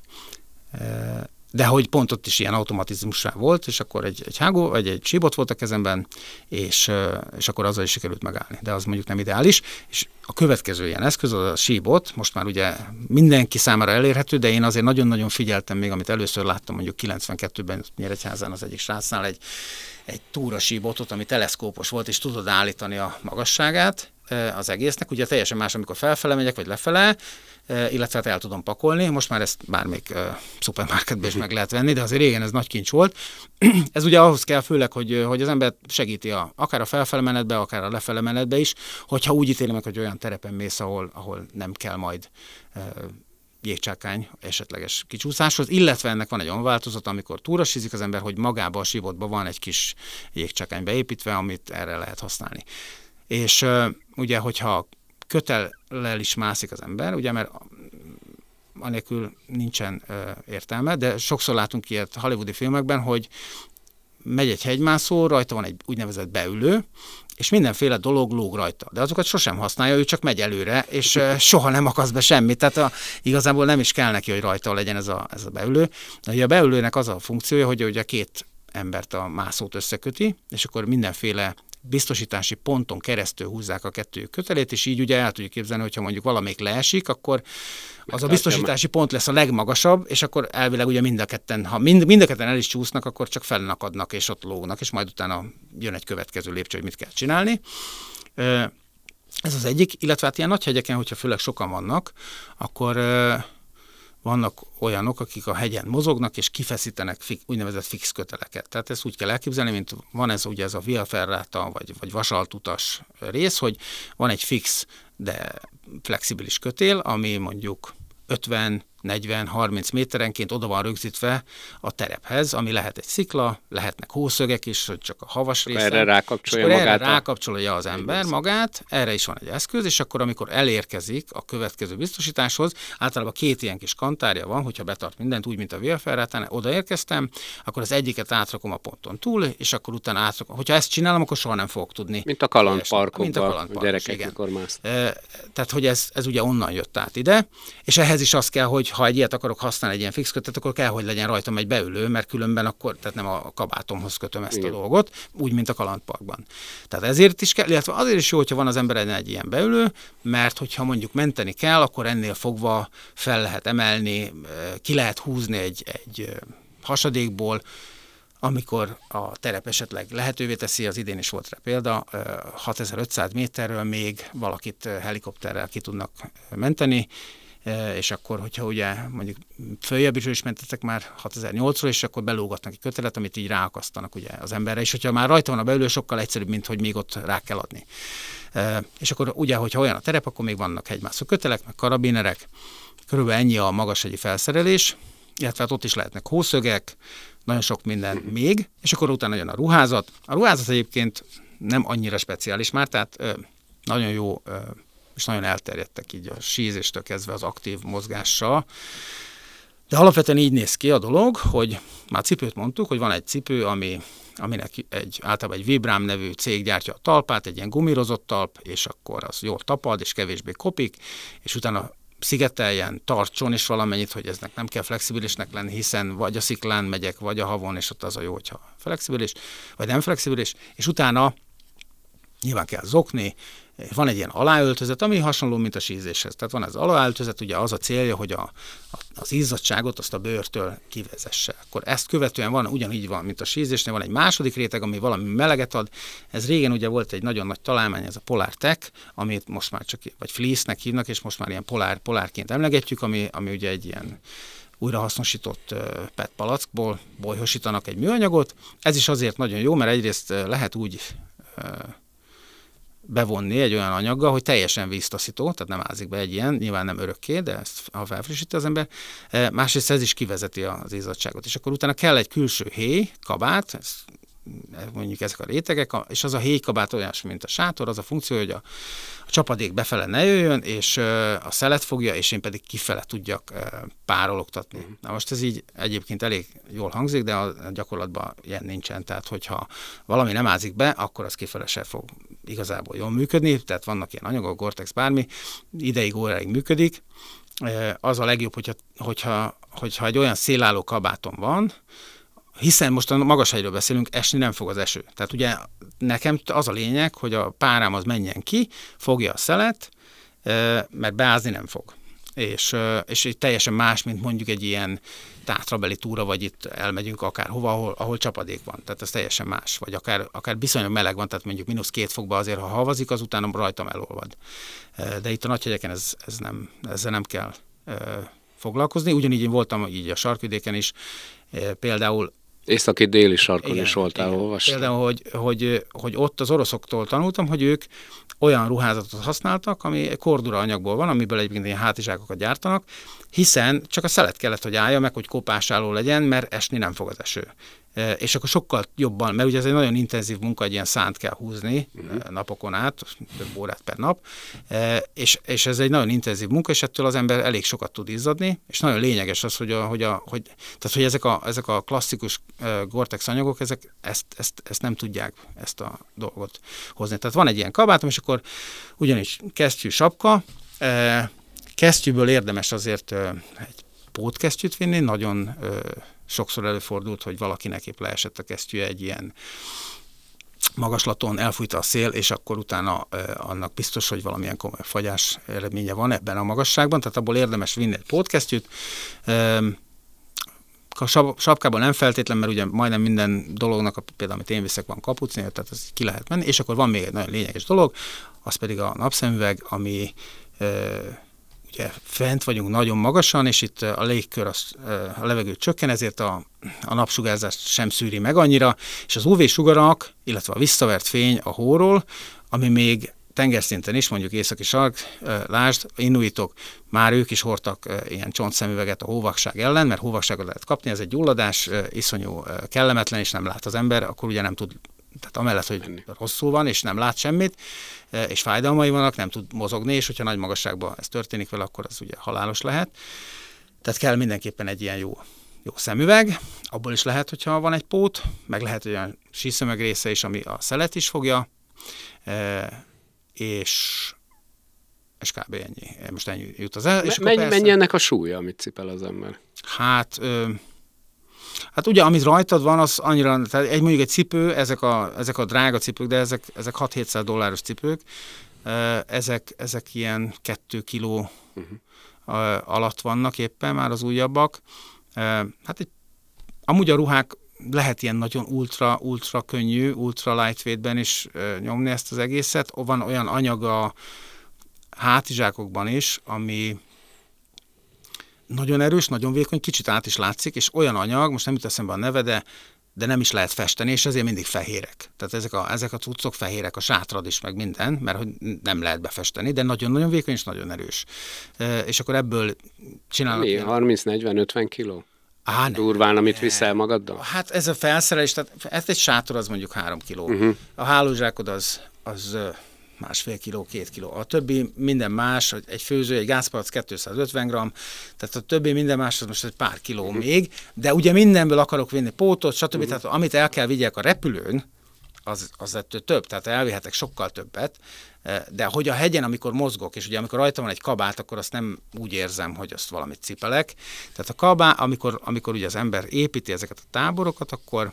De hogy pont ott is ilyen automatizmusra volt, és akkor egy hágó, vagy egy síbot volt a kezemben, és akkor azzal is sikerült megállni. De az mondjuk nem ideális. És a következő ilyen eszköz, az a síbot, most már ugye mindenki számára elérhető, de én azért nagyon-nagyon figyeltem még, amit először láttam mondjuk 92-ben Nyíregyházán az egyik srácnál egy túrasíbotot, ami teleszkópos volt, és tudod állítani a magasságát az egésznek. Ugye teljesen más, amikor felfele megyek, vagy lefele, illetve hát el tudom pakolni. Most már ezt bármelyik szupermarketben is meg lehet venni, de azért régen ez nagy kincs volt. Ez ugye ahhoz kell főleg, hogy az ember segíti akár a felfele menetbe, akár a lefele menetbe is, hogyha úgy ítéli meg, hogy olyan terepen mész, ahol nem kell majd jégcsákány esetleges kicsúszáshoz, illetve ennek van egy olyan változat, amikor túrasizik az ember, hogy magába a sívotban van egy kis jégcsákány beépítve, amit erre lehet használni. És ugye, hogyha kötellel is mászik az ember, ugye, mert anélkül nincsen értelme, de sokszor látunk ilyet hollywoodi filmekben, hogy megy egy hegymászó, rajta van egy úgynevezett beülő, és mindenféle dolog lóg rajta. De azokat sosem használja, ő csak megy előre, és soha nem akasz be semmit. Tehát igazából nem is kell neki, hogy rajta legyen ez a beülő. De a beülőnek az a funkciója, hogy ugye két embert, a mászót összeköti, és akkor mindenféle biztosítási ponton keresztül húzzák a kettőjük kötelét, és így ugye el tudjuk képzelni, hogyha mondjuk valamelyik leesik, akkor az a biztosítási pont lesz a legmagasabb, és akkor elvileg ugye mind a ketten, ha mind a ketten el is csúsznak, akkor csak felnakadnak, és ott lógnak, és majd utána jön egy következő lépcső, hogy mit kell csinálni. Ez az egyik, illetve hát ilyen nagy hegyeken, hogyha főleg sokan vannak, akkor vannak olyanok, akik a hegyen mozognak, és kifeszítenek úgynevezett fix köteleket. Tehát ezt úgy kell elképzelni, mint van ugye ez a via ferrata, vagy vasaltutas rész, hogy van egy fix, de flexibilis kötél, ami mondjuk 50, 40, 30 méterenként oda van rögzítve a terephez, ami lehet egy szikla, lehetnek hószögek is, hogy csak a havas részen. Erre rákapcsolja magát. Erre rákapcsolja az ember magát, erre is van egy eszköz, és akkor amikor elérkezik a következő biztosításhoz, általában két ilyen kis kantárja van, hogyha betart mindent, úgy, mint a Via Ferratán, odaérkeztem, akkor az egyiket átrakom a ponton túl, és akkor utána átrakom. Hogyha ezt csinálom, akkor soha nem fogok tudni. Mint a kalandparkokban, a gyerekek mikor másznak. Tehát, hogy ez ugye onnan jött át ide, és ehhez is az kell, hogy ha egy ilyet akarok használni, egy ilyen fix kötet, akkor kell, hogy legyen rajtam egy beülő, mert különben akkor, tehát nem a kabátomhoz kötöm ezt a dolgot, úgy, mint a kalandparkban. Tehát ezért is kell, illetve azért is jó, hogyha van az emberen egy ilyen beülő, mert hogyha mondjuk menteni kell, akkor ennél fogva fel lehet emelni, ki lehet húzni egy hasadékból, amikor a terep esetleg lehetővé teszi, az idén is volt rá példa, 6500 méterről még valakit helikopterrel ki tudnak menteni, és akkor, hogyha ugye mondjuk följebb is mentettek már 6008-ról, és akkor belógatnak egy kötelet, amit így ráakasztanak ugye az emberre, és hogyha már rajta van a beülő, sokkal egyszerűbb, mint hogy még ott rá kell adni. És akkor ugye, hogyha olyan a terep, akkor még vannak hegymászó kötelek, meg karabinerek, körülbelül ennyi a magashegyi felszerelés, illetve hát ott is lehetnek hószögek, nagyon sok minden még, és akkor utána jön a ruházat. A ruházat egyébként nem annyira speciális már, tehát nagyon jó és nagyon elterjedtek így a sízéstől kezdve az aktív mozgással. De alapvetően így néz ki a dolog, hogy már cipőt mondtuk, hogy van egy cipő, aminek általában egy Vibram nevű cég gyártja a talpát, egy ilyen gumírozott talp, és akkor az jól tapad, és kevésbé kopik, és utána szigeteljen, tartson is valamennyit, hogy eznek nem kell flexibilisnek lenni, hiszen vagy a sziklán megyek, vagy a havon, és ott az a jó, hogyha flexibilis, vagy nem flexibilis, és utána nyilván kell zokni, van egy ilyen aláöltözet, ami hasonló, mint a sízéshez. Tehát van ez aláöltözet, ugye az a célja, hogy az izzadtságot azt a bőrtől kivezesse. Akkor ezt követően ugyanígy van, mint a sízésnél, van egy második réteg, ami valami meleget ad. Ez régen ugye volt egy nagyon nagy találmány, ez a Polar Tech, amit most már csak, vagy Fleece-nek hívnak, és most már ilyen polárként emlegetjük, ami ugye egy ilyen újrahasznosított PET palackból bolyhosítanak egy műanyagot. Ez is azért nagyon jó, mert egyrészt lehet úgy bevonni egy olyan anyaggal, hogy teljesen víztaszító, tehát nem ázik be egy ilyen, nyilván nem örökké, de ezt ha felfrissíti az ember. Másrészt ez is kivezeti az izzadságot. És akkor utána kell egy külső héj, kabát, mondjuk ezek a rétegek, és az a héjkabát olyasmi, mint a sátor, az a funkció, hogy a csapadék befele ne jöjjön, és a szelet fogja, és én pedig kifele tudjak párologtatni. Na most ez így egyébként elég jól hangzik, de a gyakorlatban ilyen nincsen. Tehát, hogyha valami nem ázik be, akkor az kifele se fog igazából jól működni, tehát vannak ilyen anyagok, Gore-Tex, bármi, ideig, óráig működik. Az a legjobb, hogyha egy olyan szélálló kabátom van, hiszen most a magashegyről beszélünk, esni nem fog az eső. Tehát ugye nekem az a lényeg, hogy a párám az menjen ki, fogja a szelet, mert beázni nem fog. És így teljesen más, mint mondjuk egy ilyen tátrabeli túra, vagy itt elmegyünk akárhova, ahol csapadék van. Tehát ez teljesen más. Vagy akár viszonylag meleg van, tehát mondjuk -2 fokban azért, ha havazik, az utána rajtam elolvad. De itt a nagyhegyeken ezzel nem kell foglalkozni. Ugyanígy én voltam így a sarkvidéken is, például északi-déli sarkon is voltál, olvastam. Például, hogy ott az oroszoktól tanultam, hogy ők olyan ruházatot használtak, ami kordura anyagból van, amiből egyébként ilyen hátizsákokat gyártanak, hiszen csak a szelet kellett, hogy állja meg, hogy kopásálló legyen, mert esni nem fog az eső. és akkor sokkal jobban, mert ugye ez egy nagyon intenzív munka, egy ilyen szánt kell húzni napokon át, több órát per nap, és ez egy nagyon intenzív munka, és ettől az ember elég sokat tud izzadni, és nagyon lényeges az, hogy ezek a klasszikus Gore-Tex anyagok, ezt nem tudják ezt a dolgot hozni. Tehát van egy ilyen kabátom, és akkor ugyanis kesztyű, sapka, kesztyűből érdemes azért egy pótkesztyűt vinni, nagyon sokszor előfordult, hogy valakinek épp leesett a kesztyűje egy ilyen magaslaton, elfújta a szél, és akkor utána annak biztos, hogy valamilyen komoly fagyás eredménye van ebben a magasságban, tehát abból érdemes vinni egy pótkesztyűt. A sapkában nem feltétlen, mert ugye majdnem minden dolognak, például amit én viszek, van kapucnél, tehát az ki lehet menni, és akkor van még egy nagyon lényeges dolog, az pedig a napszemüveg, ami ugye fent vagyunk nagyon magasan, és itt a légkör, a levegő csökken, ezért a napsugárzást sem szűri meg annyira, és az UV-sugarak, illetve a visszavert fény a hóról, ami még tengerszinten is, mondjuk északi sark, lásd, inuitok, már ők is hordtak ilyen csontszemüveget a hóvakság ellen, mert hóvakságot lehet kapni, ez egy gyulladás, iszonyú kellemetlen, és nem lát az ember, akkor ugye nem tud, tehát amellett, hogy rosszul van, és nem lát semmit, és fájdalmai vannak, nem tud mozogni, és hogyha nagy magasságban ez történik vele, akkor az ugye halálos lehet. Tehát kell mindenképpen egy ilyen jó szemüveg, abból is lehet, hogyha van egy pót, meg lehet olyan síszömeg része is, ami a szelet is fogja, és kb. Ennyi. Most ennyi jut az el. Mennyi ennek a súlya, amit cipel az ember? Hát ugye, amit rajtad van, az annyira, tehát mondjuk egy cipő, ezek a drága cipők, de ezek $600-700 cipők, ezek ilyen 2 kiló alatt vannak éppen már az újabbak. Hát amúgy a ruhák lehet ilyen nagyon ultra könnyű, ultra lightweightben is nyomni ezt az egészet. Van olyan anyag a hátizsákokban is, ami nagyon erős, nagyon vékony, kicsit át is látszik, és olyan anyag, most nem jut eszembe a neve, de nem is lehet festeni, és ezért mindig fehérek. Tehát ezek a cuccok fehérek, a sátrad is, meg minden, mert hogy nem lehet befesteni, de nagyon-nagyon vékony és nagyon erős. És akkor ebből csinálnak... Mi? 30-40-50 kiló? Durván, amit viszel magaddal? Hát ez a felszerelés, tehát ez egy sátor, az mondjuk 3 kiló. A hálózsákod az 1,5 kiló, 2 kiló. A többi minden más, egy főző, egy gázpalack 250 gramm, tehát a többi minden más, az most egy pár kiló még, de ugye mindenből akarok vinni pótot, stb. Tehát amit el kell vigyek a repülőn, az ettől több, tehát elvihetek sokkal többet, de hogy a hegyen, amikor mozgok, és ugye amikor rajta van egy kabát, akkor azt nem úgy érzem, hogy azt valamit cipelek. Tehát a kabát, amikor ugye az ember építi ezeket a táborokat, akkor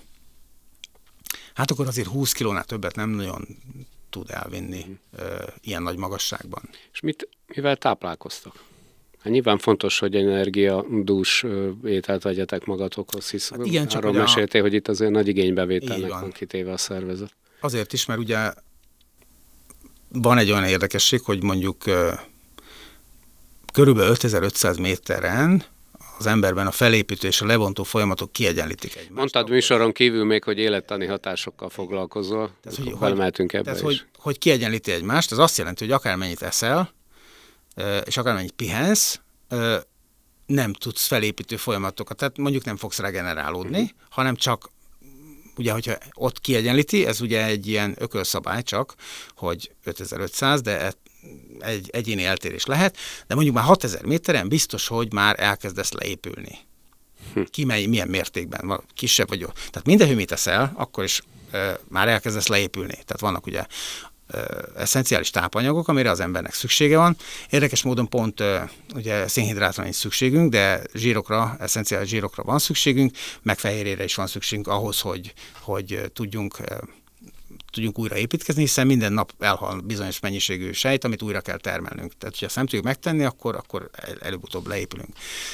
azért 20 kilónál többet nem nagyon tud elvinni ilyen nagy magasságban. És mivel táplálkoztak? Hát nyilván fontos, hogy energiadús ételt vegyetek magatokhoz, hisz igen, arról meséltél, hogy itt azért nagy igénybevételnek van kitéve a szervezet. Azért is, mert ugye van egy olyan érdekesség, hogy mondjuk körülbelül 5500 méteren az emberben a felépítő és a levontó folyamatok kiegyenlítik egymást. Mondtad műsoron kívül még, hogy élettani hatásokkal foglalkozol. Tehát, hogy kiegyenlíti egymást, ez azt jelenti, hogy akármennyit eszel, és akármennyit pihensz, nem tudsz felépítő folyamatokat, tehát mondjuk nem fogsz regenerálódni, hanem csak, ugye, hogyha ott kiegyenlíti, ez ugye egy ilyen ökölszabály csak, hogy 5500, de egy egyéni eltérés lehet, de mondjuk már 6000 méteren biztos, hogy már elkezdesz leépülni. Milyen mértékben, kisebb vagy jó. Tehát minden hőmét eszel, akkor is már elkezdesz leépülni. Tehát vannak ugye esszenciális tápanyagok, amire az embernek szüksége van. Érdekes módon pont ugye szénhidrátra nincs szükségünk, de zsírokra, esszenciális zsírokra van szükségünk, meg fehérjére is van szükségünk ahhoz, hogy tudjunk újra építkezni, hiszen minden nap elhal bizonyos mennyiségű sejt, amit újra kell termelnünk. Tehát, ha ezt nem tudjuk megtenni, akkor előbb-utóbb leépülünk.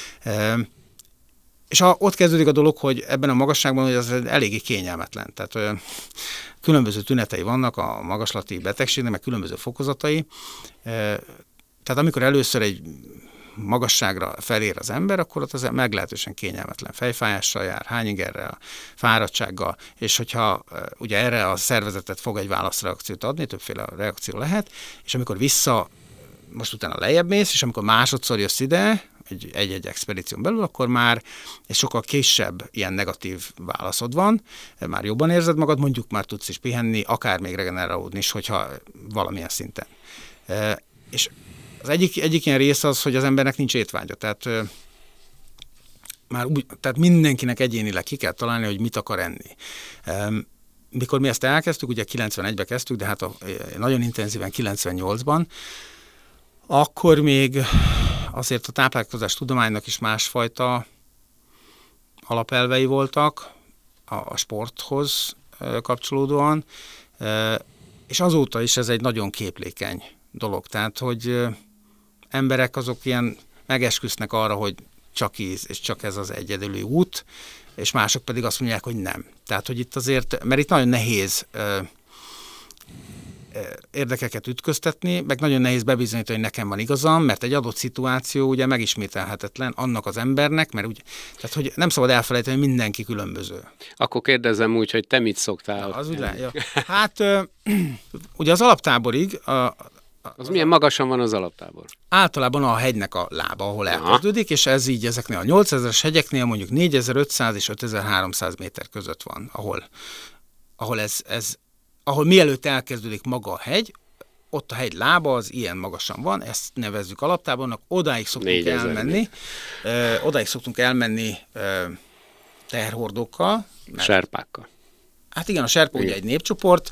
És ott kezdődik a dolog, hogy ebben a magasságban hogy az eléggé kényelmetlen. Tehát különböző tünetei vannak a magaslati betegségnek, meg különböző fokozatai. Tehát amikor először egy magasságra felér az ember, akkor ott az meglehetősen kényelmetlen fejfájással jár, hányingerrel, fáradtsággal, és hogyha ugye erre a szervezetet fog egy válaszreakciót adni, többféle reakció lehet, és amikor most utána lejjebb mész, és amikor másodszor jössz ide, egy expedíción belül, akkor már egy sokkal kisebb ilyen negatív válaszod van, már jobban érzed magad, mondjuk már tudsz is pihenni, akár még regenerálódni is, hogyha valamilyen szinten. És az egyik ilyen rész az, hogy az embernek nincs étvágya, tehát tehát mindenkinek egyénileg ki kell találni, hogy mit akar enni. Mikor mi ezt elkezdtük, ugye 91-ben kezdtük, de hát nagyon intenzíven 98-ban, akkor még azért a táplálkozás tudománynak is másfajta alapelvei voltak a sporthoz kapcsolódóan, és azóta is ez egy nagyon képlékeny dolog. Tehát, hogy emberek azok ilyen megesküsznek arra, hogy csak íz, és csak ez az egyedüli út, és mások pedig azt mondják, hogy nem. Tehát, hogy itt azért, mert itt nagyon nehéz érdekeket ütköztetni, meg nagyon nehéz bebizonyítani, hogy nekem van igazam, mert egy adott szituáció ugye megismételhetetlen annak az embernek, mert úgy, tehát, hogy nem szabad elfelejteni, hogy mindenki különböző. Akkor kérdezem úgy, hogy te mit szoktál? Az úgy ja. Hát, ugye az alaptáborig az milyen magasan van az alaptábor? Általában a hegynek a lába, ahol elkezdődik, és ez így ezeknél a 8000-es hegyeknél mondjuk 4500 és 5300 méter között van, ahol mielőtt elkezdődik maga a hegy, ott a hegy lába az ilyen magasan van, ezt nevezzük alaptábornak, odáig szoktunk elmenni teherhordókkal. Serpákkal. Hát igen, a serpa ugye egy népcsoport,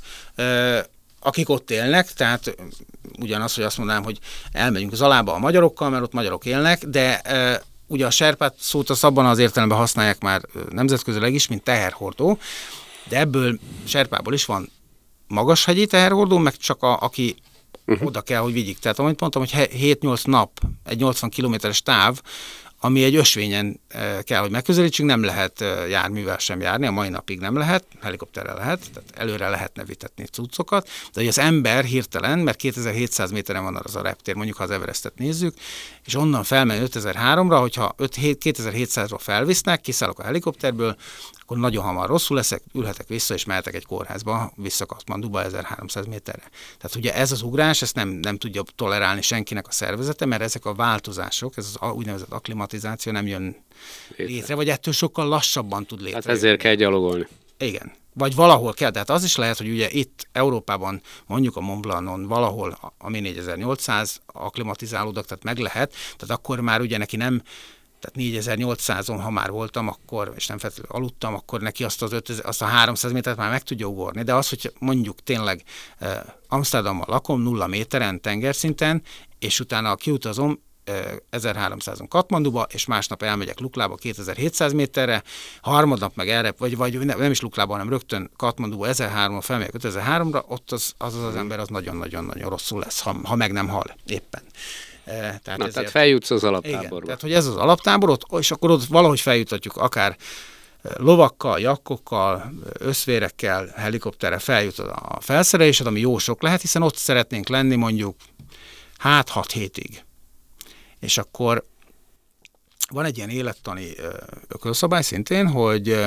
akik ott élnek, tehát ugyanaz, hogy azt mondanám, hogy elmegyünk az alába a magyarokkal, mert ott magyarok élnek, de ugye a serpát szót az abban az értelemben használják már nemzetközileg is, mint teherhordó, de ebből serpából is van magashegyi teherhordó, meg csak aki oda kell, hogy vigyik. Tehát amit mondtam, hogy 7-8 nap, egy 80 kilométeres táv, ami egy ösvényen kell, hogy megközelítsünk, nem lehet járművel sem járni, a mai napig nem lehet, helikopterrel lehet, tehát előre lehetne vitetni cuccokat, de hogy az ember hirtelen, mert 2700 méteren van az a reptér, mondjuk ha az Everestet nézzük, és onnan felmenni 5003-ra, hogyha 2700-ról felvisznek, kiszállok a helikopterből, akkor nagyon hamar rosszul leszek, ülhetek vissza, és mehetek egy kórházba, vissza Katmanduba 1300 méterre. Tehát ugye ez az ugrás, ezt nem tudja tolerálni senkinek a szervezete, mert ezek a változások, ez az úgynevezett akklimatizáció nem jön létre, vagy ettől sokkal lassabban tud létrejönni. Hát ezért kell gyalogolni. Igen. Vagy valahol kell, tehát az is lehet, hogy ugye itt Európában, mondjuk a Mont Blancon valahol a 4800 akklimatizálódok, tehát meg lehet, tehát akkor már ugye neki nem, tehát 4800-on, ha már voltam, akkor, és nem feltétlenül aludtam, akkor neki azt a 300 métert már meg tudja ugorni. De az, hogy mondjuk tényleg Amsterdamban lakom, 0 méteren, tengerszinten, és utána kiutazom 1300-on Katmanduba, és másnap elmegyek Luklába 2700 méterre, harmadnap meg erre, vagy nem is Luklába, hanem rögtön Katmanduba 1300-on felmegyek 5003-ra, ott az ember az nagyon-nagyon rosszul lesz, ha meg nem hal éppen. Tehát feljutsz az alaptáborba. Igen, tehát hogy ez az alaptábor, és akkor ott valahogy feljutatjuk akár lovakkal, jakkokkal, összvérekkel, helikopterrel feljut a felszerelésed, ami jó sok lehet, hiszen ott szeretnénk lenni mondjuk 6 hétig. És akkor van egy ilyen élettani ökölszabály szintén, hogy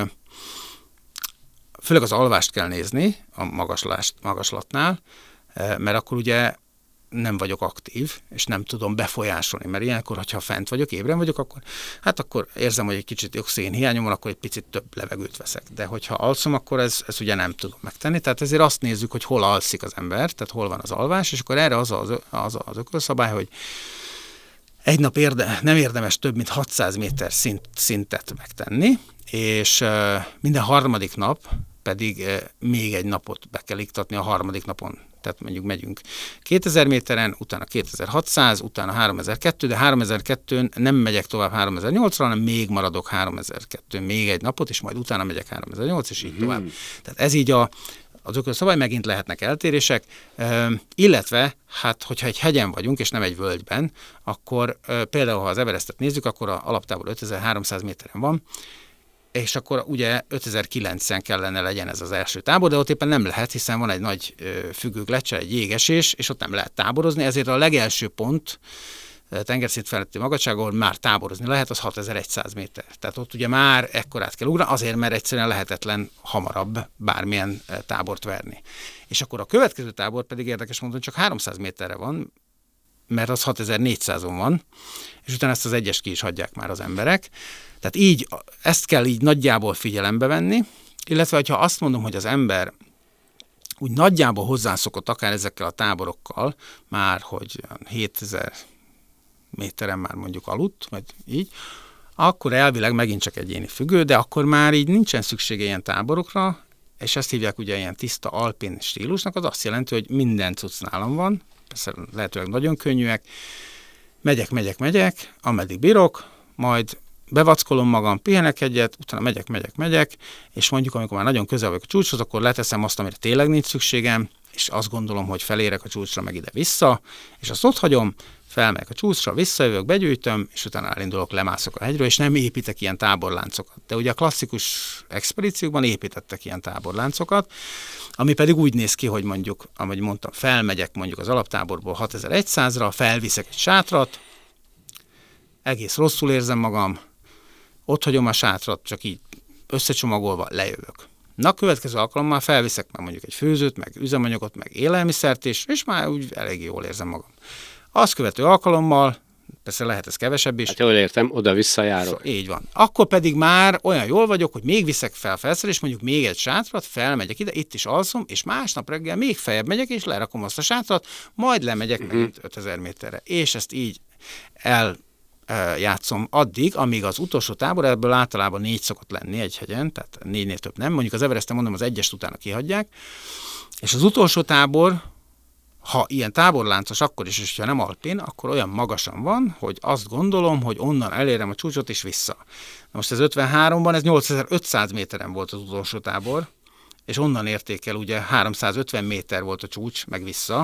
főleg az alvást kell nézni a magaslatnál, mert akkor ugye nem vagyok aktív, és nem tudom befolyásolni, mert ilyenkor, hogyha fent vagyok, ébren vagyok, akkor érzem, hogy egy kicsit oxigénhiányom van, akkor egy picit több levegőt veszek. De hogyha alszom, akkor ez ugye nem tudom megtenni. Tehát ezért azt nézzük, hogy hol alszik az ember, tehát hol van az alvás, és akkor erre az ökölszabály, hogy egy nap nem érdemes több mint 600 méter szintet megtenni, és minden harmadik nap pedig még egy napot be kell iktatni a harmadik napon. Tehát mondjuk megyünk 2000 méteren, utána 2600, utána 3002, de 3002-n nem megyek tovább 3008-ra, hanem még maradok 3002-n még egy napot, és majd utána megyek 3008, és így tovább. Tehát ez így az ökölszabály, megint lehetnek eltérések, illetve, hát, hogyha egy hegyen vagyunk, és nem egy völgyben, akkor például, ha az Everestet nézzük, akkor az alaptábor 5300 méteren van, és akkor ugye 5009-en kellene legyen ez az első tábor, de ott éppen nem lehet, hiszen van egy nagy függőgleccser, egy jégesés, és ott nem lehet táborozni, ezért a legelső pont, tengerszint feletti magasság, ahol már táborozni lehet, az 6100 méter. Tehát ott ugye már ekkorát kell ugrani, azért, mert egyszerűen lehetetlen hamarabb bármilyen tábort verni. És akkor a következő tábor pedig érdekes módon csak 300 méterre van, mert az 6400-on van, és utána ezt az egyest ki is hagyják már az emberek. Tehát így, ezt kell így nagyjából figyelembe venni, illetve ha azt mondom, hogy az ember úgy nagyjából hozzászokott akár ezekkel a táborokkal, már hogy 7000 méteren már mondjuk aludt, vagy így, akkor elvileg megint csak egyéni függő, de akkor már így nincsen szüksége ilyen táborokra, és ezt hívják ugye ilyen tiszta alpin stílusnak, az azt jelenti, hogy minden cucc nálam van, persze lehetőleg nagyon könnyűek, megyek, ameddig bírok, majd bevackolom magam, pihenek egyet, utána megyek, és mondjuk amikor már nagyon közel vagyok a csúcshoz, akkor leteszem azt, amire tényleg nincs szükségem, és azt gondolom, hogy felérek a csúcsra, meg ide-vissza, és azt ott hagyom, felmegyek a csúcsra, visszajövök, begyűjtöm, és utána elindulok, lemászok a hegyről, és nem építek ilyen táborláncokat. De ugye a klasszikus expedíciókban építettek ilyen táborláncokat, ami pedig úgy néz ki, hogy mondjuk, ahogy mondtam, felmegyek mondjuk az alaptáborból 6100-ra, felviszek egy sátrat, egész rosszul érzem magam, ott hagyom a sátrat, csak így összecsomagolva lejövök. Na, a következő alkalommal felviszek meg mondjuk egy főzőt, meg üzemanyagot, meg élelmiszert is, és már úgy elég jól érzem magam. Azt követő alkalommal, persze lehet ez kevesebb is. Hát jól értem, oda-vissza járok. Szóval így van. Akkor pedig már olyan jól vagyok, hogy még viszek fel és mondjuk még egy sátrat, felmegyek ide, itt is alszom, és másnap reggel még feljebb megyek, és lerakom azt a sátrat, majd lemegyek megint 5000 méterre. És ezt így játszom addig, amíg az utolsó tábor, ebből általában 4 szokott lenni egy hegyen, tehát 4-nél több nem. Mondjuk az Everesten mondom, az egyest utána kihagyják, és az utolsó tábor, ha ilyen táborláncos akkor is, és ha nem alpin, akkor olyan magasan van, hogy azt gondolom, hogy onnan elérem a csúcsot és vissza. Na most ez 53-ban, ez 8500 méteren volt az utolsó tábor, és onnan érték el, ugye 350 méter volt a csúcs, meg vissza.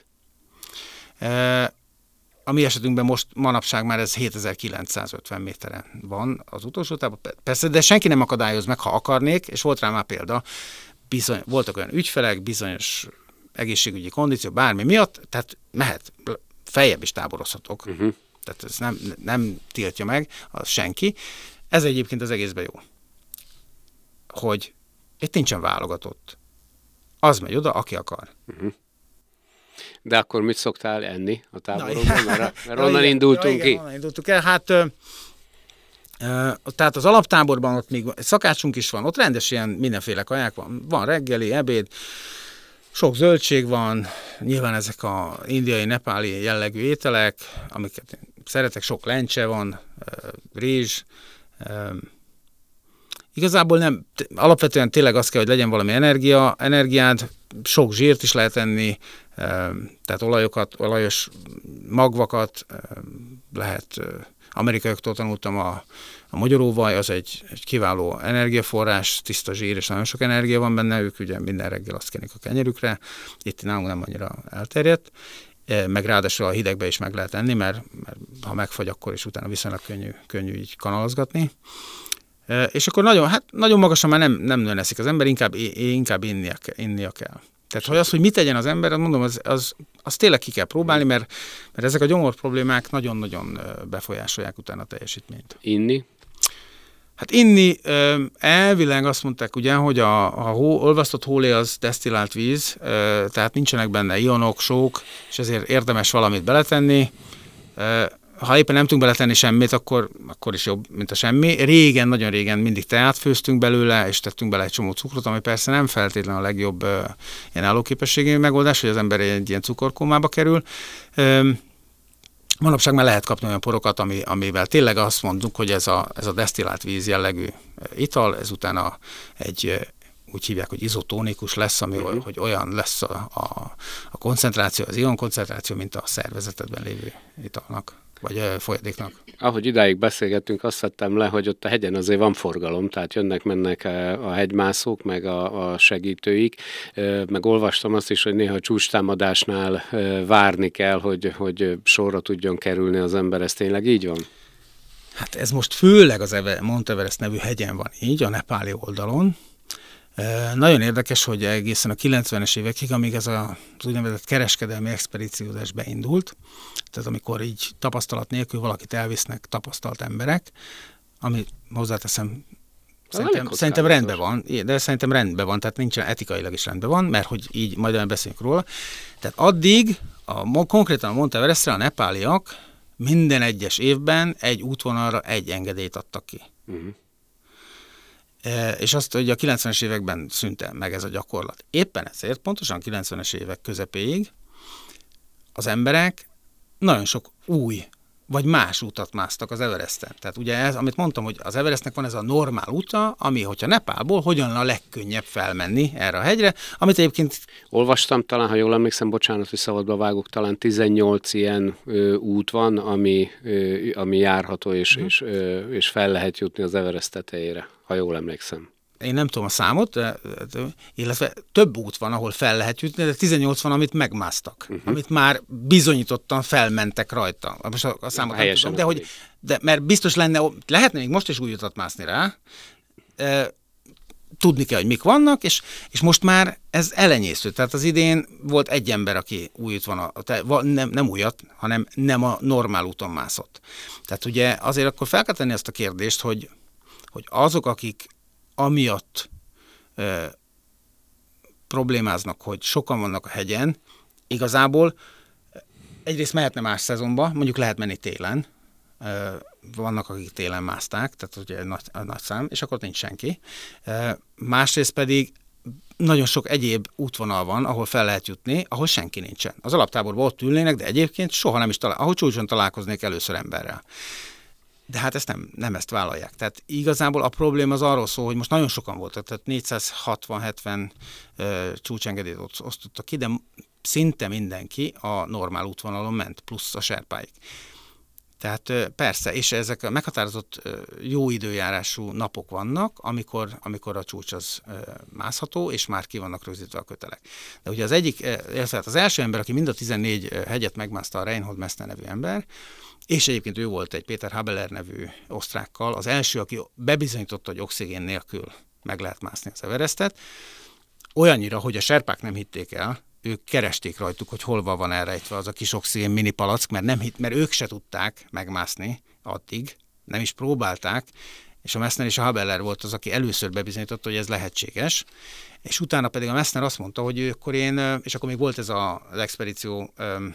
A mi esetünkben most manapság már ez 7950 méteren van az utolsó tábor. Persze, de senki nem akadályoz meg, ha akarnék, és volt rá már példa. Voltak olyan ügyfelek, bizonyos egészségügyi kondíció, bármi miatt, tehát mehet, feljebb is táborozhatok. Tehát ez nem tiltja meg az senki. Ez egyébként az egészben jó. Hogy itt nincsen válogatott. Az megy oda, aki akar. De akkor mit szoktál enni a táborokban? Mert onnan indultunk ki. Onnan indultunk el. Hát, tehát az alaptáborban ott még szakácsunk is van, ott rendes ilyen mindenféle kaják van. Van reggeli, ebéd, sok zöldség van, nyilván ezek a indiai, nepáli jellegű ételek, amiket én szeretek, sok lencse van, rizs. Igazából nem, alapvetően tényleg az kell, hogy legyen valami energiád, sok zsírt is lehet enni, tehát olajos magvakat lehet. Amerikaiaktól tanultam a mogyoróvaj, az egy kiváló energiaforrás, tiszta zsír, és nagyon sok energia van benne, ők ugye minden reggel azt kenik a kenyerükre, itt nálunk nem annyira elterjedt, meg ráadásul a hidegbe is meg lehet enni, mert ha megfagy, akkor is utána viszonylag könnyű így kanalazgatni. És akkor nagyon magasan már nem nagyon eszik az ember, inkább innia kell. Tehát hogy az, hogy mit tegyen az ember, mondom, az tényleg ki kell próbálni, mert ezek a gyomor problémák nagyon-nagyon befolyásolják utána a teljesítményt. Inni? Hát inni, elvileg azt mondták ugye, hogy a olvasztott hólé az desztillált víz, tehát nincsenek benne ionok, sók, és ezért érdemes valamit beletenni. Ha éppen nem tudunk beletenni semmit, akkor is jobb, mint a semmi. Nagyon régen mindig teát főztünk belőle, és tettünk bele egy csomó cukrot, ami persze nem feltétlenül a legjobb ilyen állóképességi megoldás, hogy az ember egy ilyen cukorkómába kerül. Manapság már lehet kapni olyan porokat, amivel tényleg azt mondjuk, hogy ez a desztillált víz jellegű ital, ez utána úgy hívják, hogy izotónikus lesz, hogy olyan lesz a koncentráció, az ion koncentráció, mint a szervezetedben lévő italnak, vagy folyadéknak. Ahogy idáig beszélgettünk, azt vettem le, hogy ott a hegyen azért van forgalom, tehát jönnek-mennek a hegymászók, meg a segítőik, meg olvastam azt is, hogy néha a csúcstámadásnál várni kell, hogy sorra tudjon kerülni az ember, ez tényleg így van? Hát ez most főleg az Mount Everest nevű hegyen van így, a nepáli oldalon. Nagyon érdekes, hogy egészen a 90-es évekig, amíg ez az úgynevezett kereskedelmi expedíciózás beindult, tehát amikor így tapasztalat nélkül valakit elvisznek tapasztalt emberek, ami hozzáteszem Szerintem rendben van, de szerintem rendben van, tehát nincsen etikailag is rendben van, mert hogy így majd beszélünk róla. Tehát addig konkrétan a Mount Everestre a nepáliak minden egyes évben egy útvonalra egy engedélyt adtak ki. És azt, hogy a 90-es években szűnt el meg ez a gyakorlat. Éppen ezért, pontosan 90-es évek közepéig az emberek nagyon sok új vagy más utat másztak az Everesten. Tehát ugye ez, amit mondtam, hogy az Everestnek van ez a normál úta, ami, hogyha Nepálból, hogyan a legkönnyebb felmenni erre a hegyre, amit egyébként... Olvastam talán, ha jól emlékszem, bocsánat, hogy szabadba vágok, talán 18 ilyen út van, ami járható, és fel lehet jutni az Everest tetejére, ha jól emlékszem. Én nem tudom a számot, illetve több út van, ahol fel lehet jutni, de 18 van, amit megmásztak, amit már bizonyítottan felmentek rajta. Most a számot nem tudom, de mert biztos lehetne még most is új utat mászni rá, tudni kell, hogy mik vannak, és most már ez elenyésző. Tehát az idén volt egy ember, aki új útvonal, nem újat, hanem nem a normál úton mászott. Tehát ugye azért akkor fel kell tenni azt a kérdést, hogy azok, akik amiatt problémáznak, hogy sokan vannak a hegyen, igazából egyrészt mehetne más szezonba, mondjuk lehet menni télen, vannak, akik télen mászták, tehát ugye nagy szám, és akkor nincs senki. Másrészt pedig nagyon sok egyéb útvonal van, ahol fel lehet jutni, ahol senki nincsen. Az alaptáborban ott ülnének, de egyébként soha nem is ahol csúcson találkoznék először emberrel. De hát ezt nem ezt vállalják. Tehát igazából a probléma az arról szól, hogy most nagyon sokan voltak, tehát 460-70 csúcsengedélyt osztottak ki, de szinte mindenki a normál útvonalon ment, plusz a serpáig. Tehát persze, és ezek a meghatározott jó időjárású napok vannak, amikor a csúcs az mászható, és már ki vannak rögzítve a kötelek. De ugye az első ember, aki mind a 14 hegyet megmászta, a Reinhold Messner nevű ember, és egyébként ő volt egy Peter Habeler nevű osztrákkal, az első, aki bebizonyította, hogy oxigén nélkül meg lehet mászni az Everestet, olyannyira, hogy a serpák nem hitték el, ők keresték rajtuk, hogy hol van elrejtve az a kis oxigén mini palack, mert ők se tudták megmászni addig, nem is próbálták, és a Messner és a Habeler volt az, aki először bebizonyította, hogy ez lehetséges, és utána pedig a Messner azt mondta, hogy és akkor még volt ez az expedíció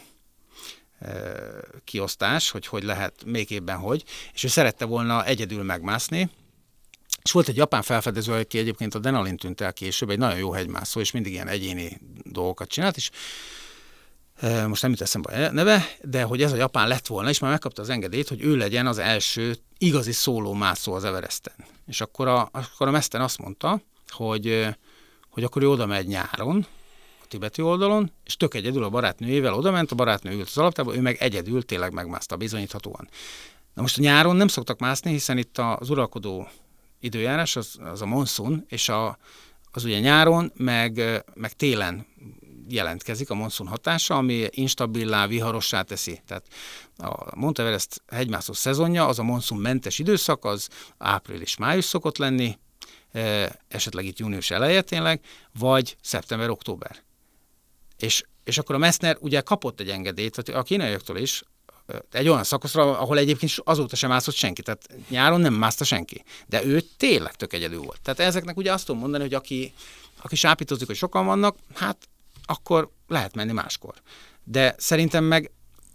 kiosztás, hogy lehet még évben hogy, és ő szerette volna egyedül megmászni, és volt egy japán felfedező, aki egyébként a Denalin tűnt el később, egy nagyon jó hegymászó, és mindig ilyen egyéni dolgokat csinált, és most nem jut eszembe a neve, de hogy ez a japán lett volna, és már megkapta az engedélyt, hogy ő legyen az első igazi szóló mászó az Everesten. És akkor a Messner azt mondta, hogy akkor ő oda megy nyáron, tibeti oldalon, és tök egyedül a barátnőjével odament, a barátnő ült az alaptában, ő meg egyedül tényleg megmászta bizonyíthatóan. Na most a nyáron nem szoktak mászni, hiszen itt az uralkodó időjárás, az a monszun, és az ugye nyáron, meg télen jelentkezik a monszun hatása, ami instabilá, viharossá teszi. Tehát a Mount Everest hegymászó szezonja, az a monszunmentes időszak, az április-május szokott lenni, esetleg itt június eleje tényleg, vagy szeptember-október. És akkor a Messner ugye kapott egy engedélyt a kínaiaktól is, egy olyan szakaszra, ahol egyébként azóta sem mászott senki, tehát nyáron nem mászta senki. De ő tényleg tök egyedül volt. Tehát ezeknek ugye azt tudom mondani, hogy aki sápítozik, hogy sokan vannak, hát akkor lehet menni máskor. De szerintem meg...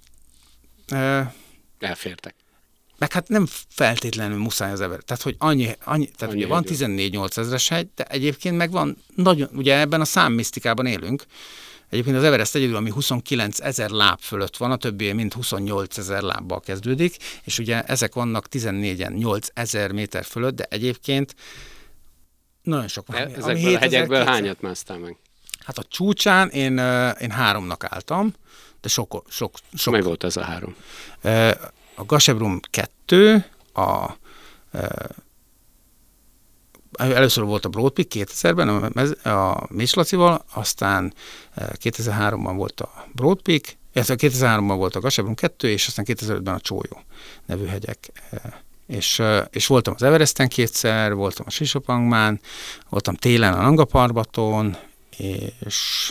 elfértek. Meg hát nem feltétlenül muszáj az Everest. Tehát, hogy annyi tehát ugye van 14-8 ezres hegy, de egyébként meg van nagyon, ugye ebben a számmisztikában élünk. Egyébként az Everest egyedül, ami 29 000 láb fölött van, a többi mind 28 000 lábbal kezdődik, és ugye ezek vannak 14-en 8 000 méter fölött, de egyébként nagyon sok van. Ezekből a hegyekből hányat másztál meg? Hát a csúcsán én 3-nak álltam, de sok. Mi volt ez a 3? A Gasherbrum 2, először volt a Broad Peak 2000-ben a Méslacival, aztán 2003-ban volt a Broad Peak, 2003-ban volt a Gasherbrum 2, és aztán 2005-ben a Csólyó nevű hegyek. És voltam az Everesten 2-szer, voltam a Sisopangmán, voltam télen a Nanga Parbaton, és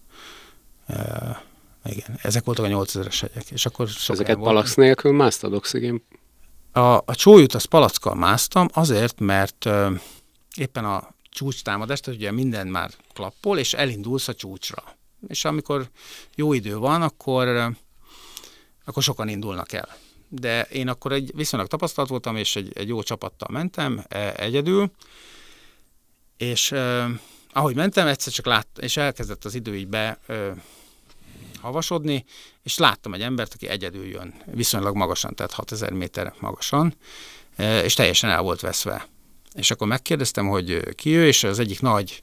igen, ezek voltak a 8000-es hegyek. És akkor ezeket palack nélkül másztad oxigén? A Csólyút az palackkal másztam azért, mert éppen a csúcstámadás, tehát ugye minden már klappol, és elindulsz a csúcsra. És amikor jó idő van, akkor sokan indulnak el. De én akkor egy viszonylag tapasztalt voltam, és egy jó csapattal mentem, egyedül, és ahogy mentem, egyszer csak láttam, és elkezdett az idő így havasodni, és láttam egy embert, aki egyedül jön, viszonylag magasan, tehát 6000 méter magasan, és teljesen el volt veszve. És akkor megkérdeztem, hogy ki ő, és az egyik nagy...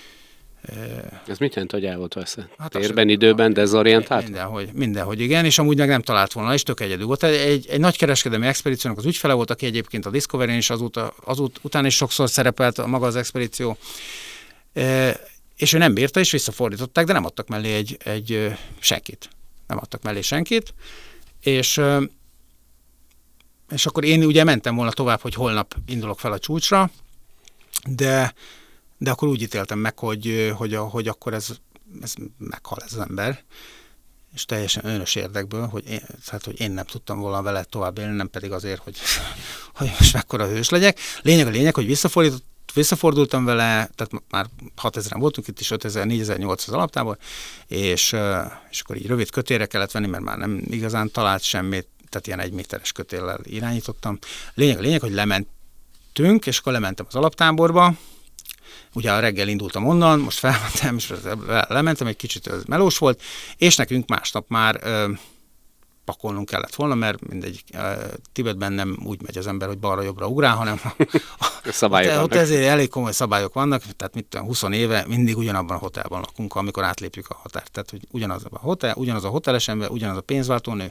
Ez mit jelent, hogy el volt veszve? Hát térben, időben, dezorientált? Mindenhogy igen, és amúgy meg nem talált volna, és tök egyedül volt. Egy nagy kereskedelmi expedíciónak az ügyfele volt, aki egyébként a Discovery-n is után is sokszor szerepelt a maga az expedíció, és ő nem bírta, és visszafordították, de nem adtak mellé egy senkit. Nem adtak mellé senkit, és akkor én ugye mentem volna tovább, hogy holnap indulok fel a csúcsra, de akkor úgy ítéltem meg, hogy akkor ez meghal ez az ember, és teljesen önös érdekből, hogy én nem tudtam volna vele tovább élni, nem pedig azért, hogy most mekkora hős legyek. Lényeg, hogy visszafordultam vele, tehát már 6000-en voltunk, itt is 5000, 4000, 8000 az alaptábor, és akkor így rövid kötélre kellett venni, mert már nem igazán talált semmit, tehát ilyen 1 méteres kötéllel irányítottam. Lényeg, hogy lementünk, és akkor lementem az alaptáborba. Ugye a reggel indultam onnan, most felmentem, és lementem, egy kicsit melós volt, és nekünk másnap már pakolnunk kellett volna, mert mindegy, Tibetben nem úgy megy az ember, hogy balra-jobbra ugrál, hanem ott ezért elég komoly szabályok vannak, tehát mit tudom, 20 éve mindig ugyanabban a hotelban lakunk, amikor átlépjük a határt. Tehát, hogy ugyanaz a hoteles ember, ugyanaz a pénzváltónő.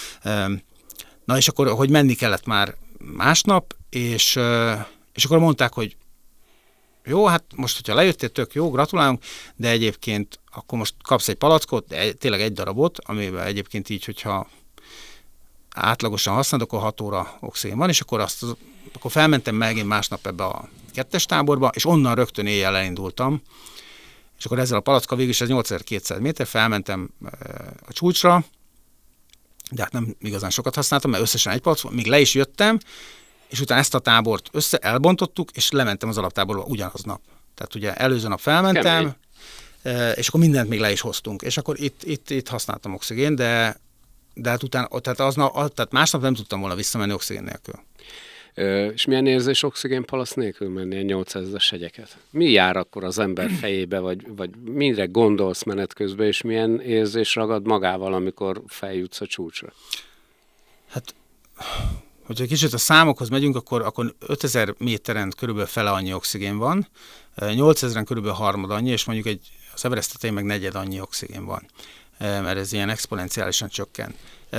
Na és akkor, hogy menni kellett már másnap, és akkor mondták, hogy jó, hát most, hogyha lejöttél, tök jó, gratulálunk, de egyébként akkor most kapsz egy palackot, tényleg egy darabot, amiben egyébként így, hogyha átlagosan használod, akkor 6 óra oxigén van, és akkor felmentem megint másnap ebbe a 2-es táborba, és onnan rögtön éjjel elindultam, és akkor ezzel a palackkal végül is ez 8200 méter, felmentem a csúcsra, de hát nem igazán sokat használtam, mert összesen egy palack, míg le is jöttem, és utána ezt a tábort elbontottuk, és lementem az alaptáborba ugyanaznap. Tehát ugye előző nap felmentem, és akkor mindent még le is hoztunk. És akkor itt használtam oxigén, de hát utána, tehát másnap nem tudtam volna visszamenni oxigén nélkül. És milyen érzés oxigénpalasz nélkül menni a 800-as hegyeket? Mi jár akkor az ember fejébe, vagy mire gondolsz menet közben, és milyen érzés ragad magával, amikor feljutsz a csúcsra? Hát... Hogyha egy kicsit a számokhoz megyünk, akkor 5000 méteren körülbelül fele annyi oxigén van, 8000-en körülbelül harmad annyi, és mondjuk az Everest tetején meg negyed annyi oxigén van, mert ez ilyen exponenciálisan csökken.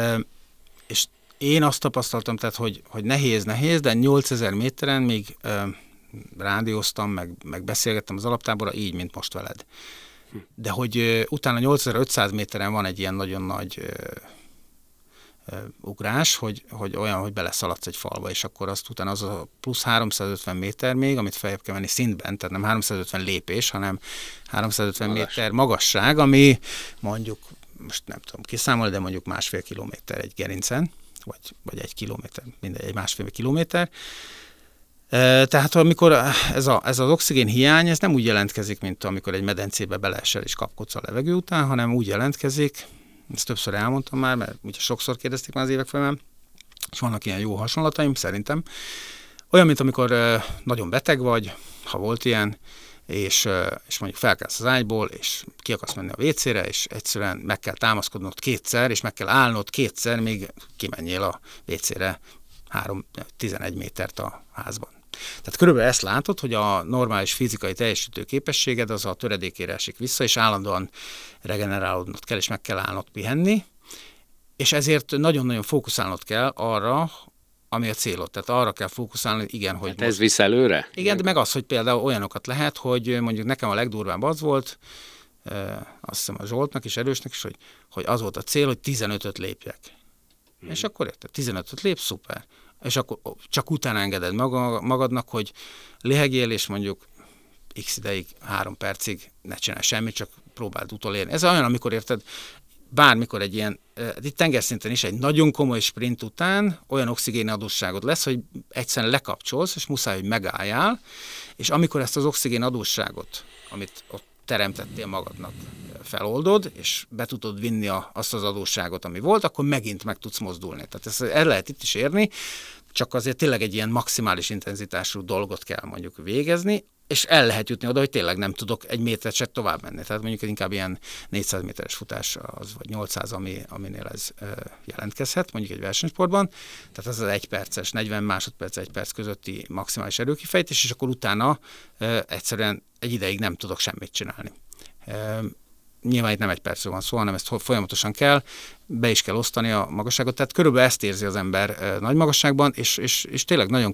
És én azt tapasztaltam, tehát, hogy nehéz, de 8000 méteren még rádióztam, meg beszélgettem az alaptáborra, így, mint most veled. De hogy utána 8500 méteren van egy ilyen nagyon nagy... ugrás, hogy olyan, hogy beleszaladsz egy falba, és akkor azt utána az a plusz 350 méter még, amit feljebb kell menni szintben, tehát nem 350 lépés, hanem 350 méter magasság, ami mondjuk, most nem tudom kiszámolni, de mondjuk 1,5 kilométer egy gerincen, vagy 1 kilométer, mindegy, egy 1,5 kilométer. Tehát amikor ez az oxigén hiány, ez nem úgy jelentkezik, mint amikor egy medencébe beleesel és kapkodsz a levegő után, hanem úgy jelentkezik, ezt többször elmondtam már, mert ugye sokszor kérdezték már az évek folyamán, és vannak ilyen jó hasonlataim, szerintem. Olyan, mint amikor nagyon beteg vagy, ha volt ilyen, és mondjuk felkelsz az ágyból, és ki akarsz menni a WC-re, és egyszerűen meg kell támaszkodnod kétszer, és meg kell állnod kétszer, még kimenjél a WC-re 11 métert a házban. Tehát körülbelül ezt látod, hogy a normális fizikai teljesítő képességed az a töredékére esik vissza, és állandóan regenerálódnod kell, és meg kell állnod pihenni, és ezért nagyon-nagyon fókuszálnod kell arra, ami a célod. Tehát arra kell fókuszálni, igen, hogy... Hát ez visz előre? Igen, de meg az, hogy például olyanokat lehet, hogy mondjuk nekem a legdurvább az volt, azt hiszem a Zsoltnak és Erősnek is, hogy az volt a cél, hogy 15-öt lépjek. És akkor érted, 15-öt lép, szuper. És akkor csak utána engeded magadnak, hogy léhegjél, és mondjuk x ideig, 3 percig ne csinálj semmit, csak próbáld utolérni. Ez olyan, amikor érted, bármikor egy ilyen, itt tengerszinten is egy nagyon komoly sprint után olyan oxigénadósságod lesz, hogy egyszerűen lekapcsolsz, és muszáj, hogy megálljál, és amikor ezt az oxigénadósságot, amit ott teremtettél magadnak, feloldod, és be tudod vinni azt az adósságot, ami volt, akkor megint meg tudsz mozdulni. Tehát ezt el lehet itt is érni, csak azért tényleg egy ilyen maximális intenzitású dolgot kell mondjuk végezni, és el lehet jutni oda, hogy tényleg nem tudok egy métert se tovább menni. Tehát mondjuk inkább ilyen 400 méteres futás az, vagy 800, aminél ez jelentkezhet, mondjuk egy versenysportban. Tehát ez az 1 perces, 40 másodperc, 1 perc közötti maximális erőkifejtés, és akkor utána egyszerűen egy ideig nem tudok semmit csinálni. Nyilván itt nem 1 percről van szó, hanem ezt folyamatosan kell, be is kell osztani a magasságot. Tehát körülbelül ezt érzi az ember nagy magasságban, és tényleg nagyon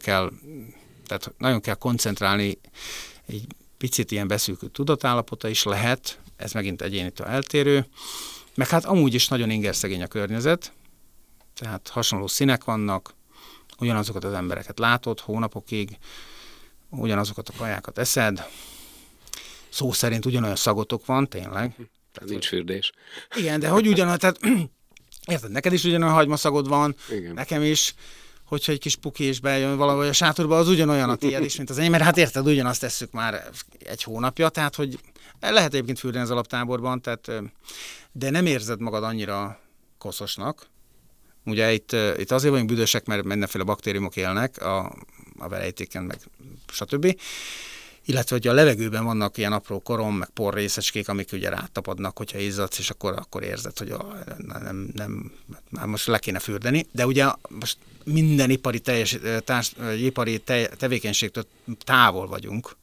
kell koncentrálni, egy picit ilyen beszűkült tudatállapota is lehet, ez megint egyénitől eltérő, meg hát amúgy is nagyon ingerszegény a környezet, tehát hasonló színek vannak, ugyanazokat az embereket látod hónapokig, ugyanazokat a kajákat eszed, szó szerint ugyanolyan szagotok van, tényleg. Tehát nincs fürdés. Igen, de hogy ugyanolyan, tehát érted, neked is ugyanolyan hagymaszagod van, igen. Nekem is, hogyha egy kis puki is bejön valahogy a sátorba, az ugyanolyan a tiéd is, mint az enyém, mert hát érted, ugyanazt tesszük már 1 hónapja, tehát hogy lehet egyébként fürdeni az alaptáborban, tehát, de nem érzed magad annyira koszosnak. Ugye itt azért vagyunk büdösek, mert mindenféle baktériumok élnek a verejtéken, meg stb. Illetve, hogy a levegőben vannak ilyen apró korom, meg porrészecskék, amik ugye rátapadnak, hogyha izzadsz, és akkor érzed, hogy már most le kéne fürdeni. De ugye most minden ipari tevékenységtől távol vagyunk,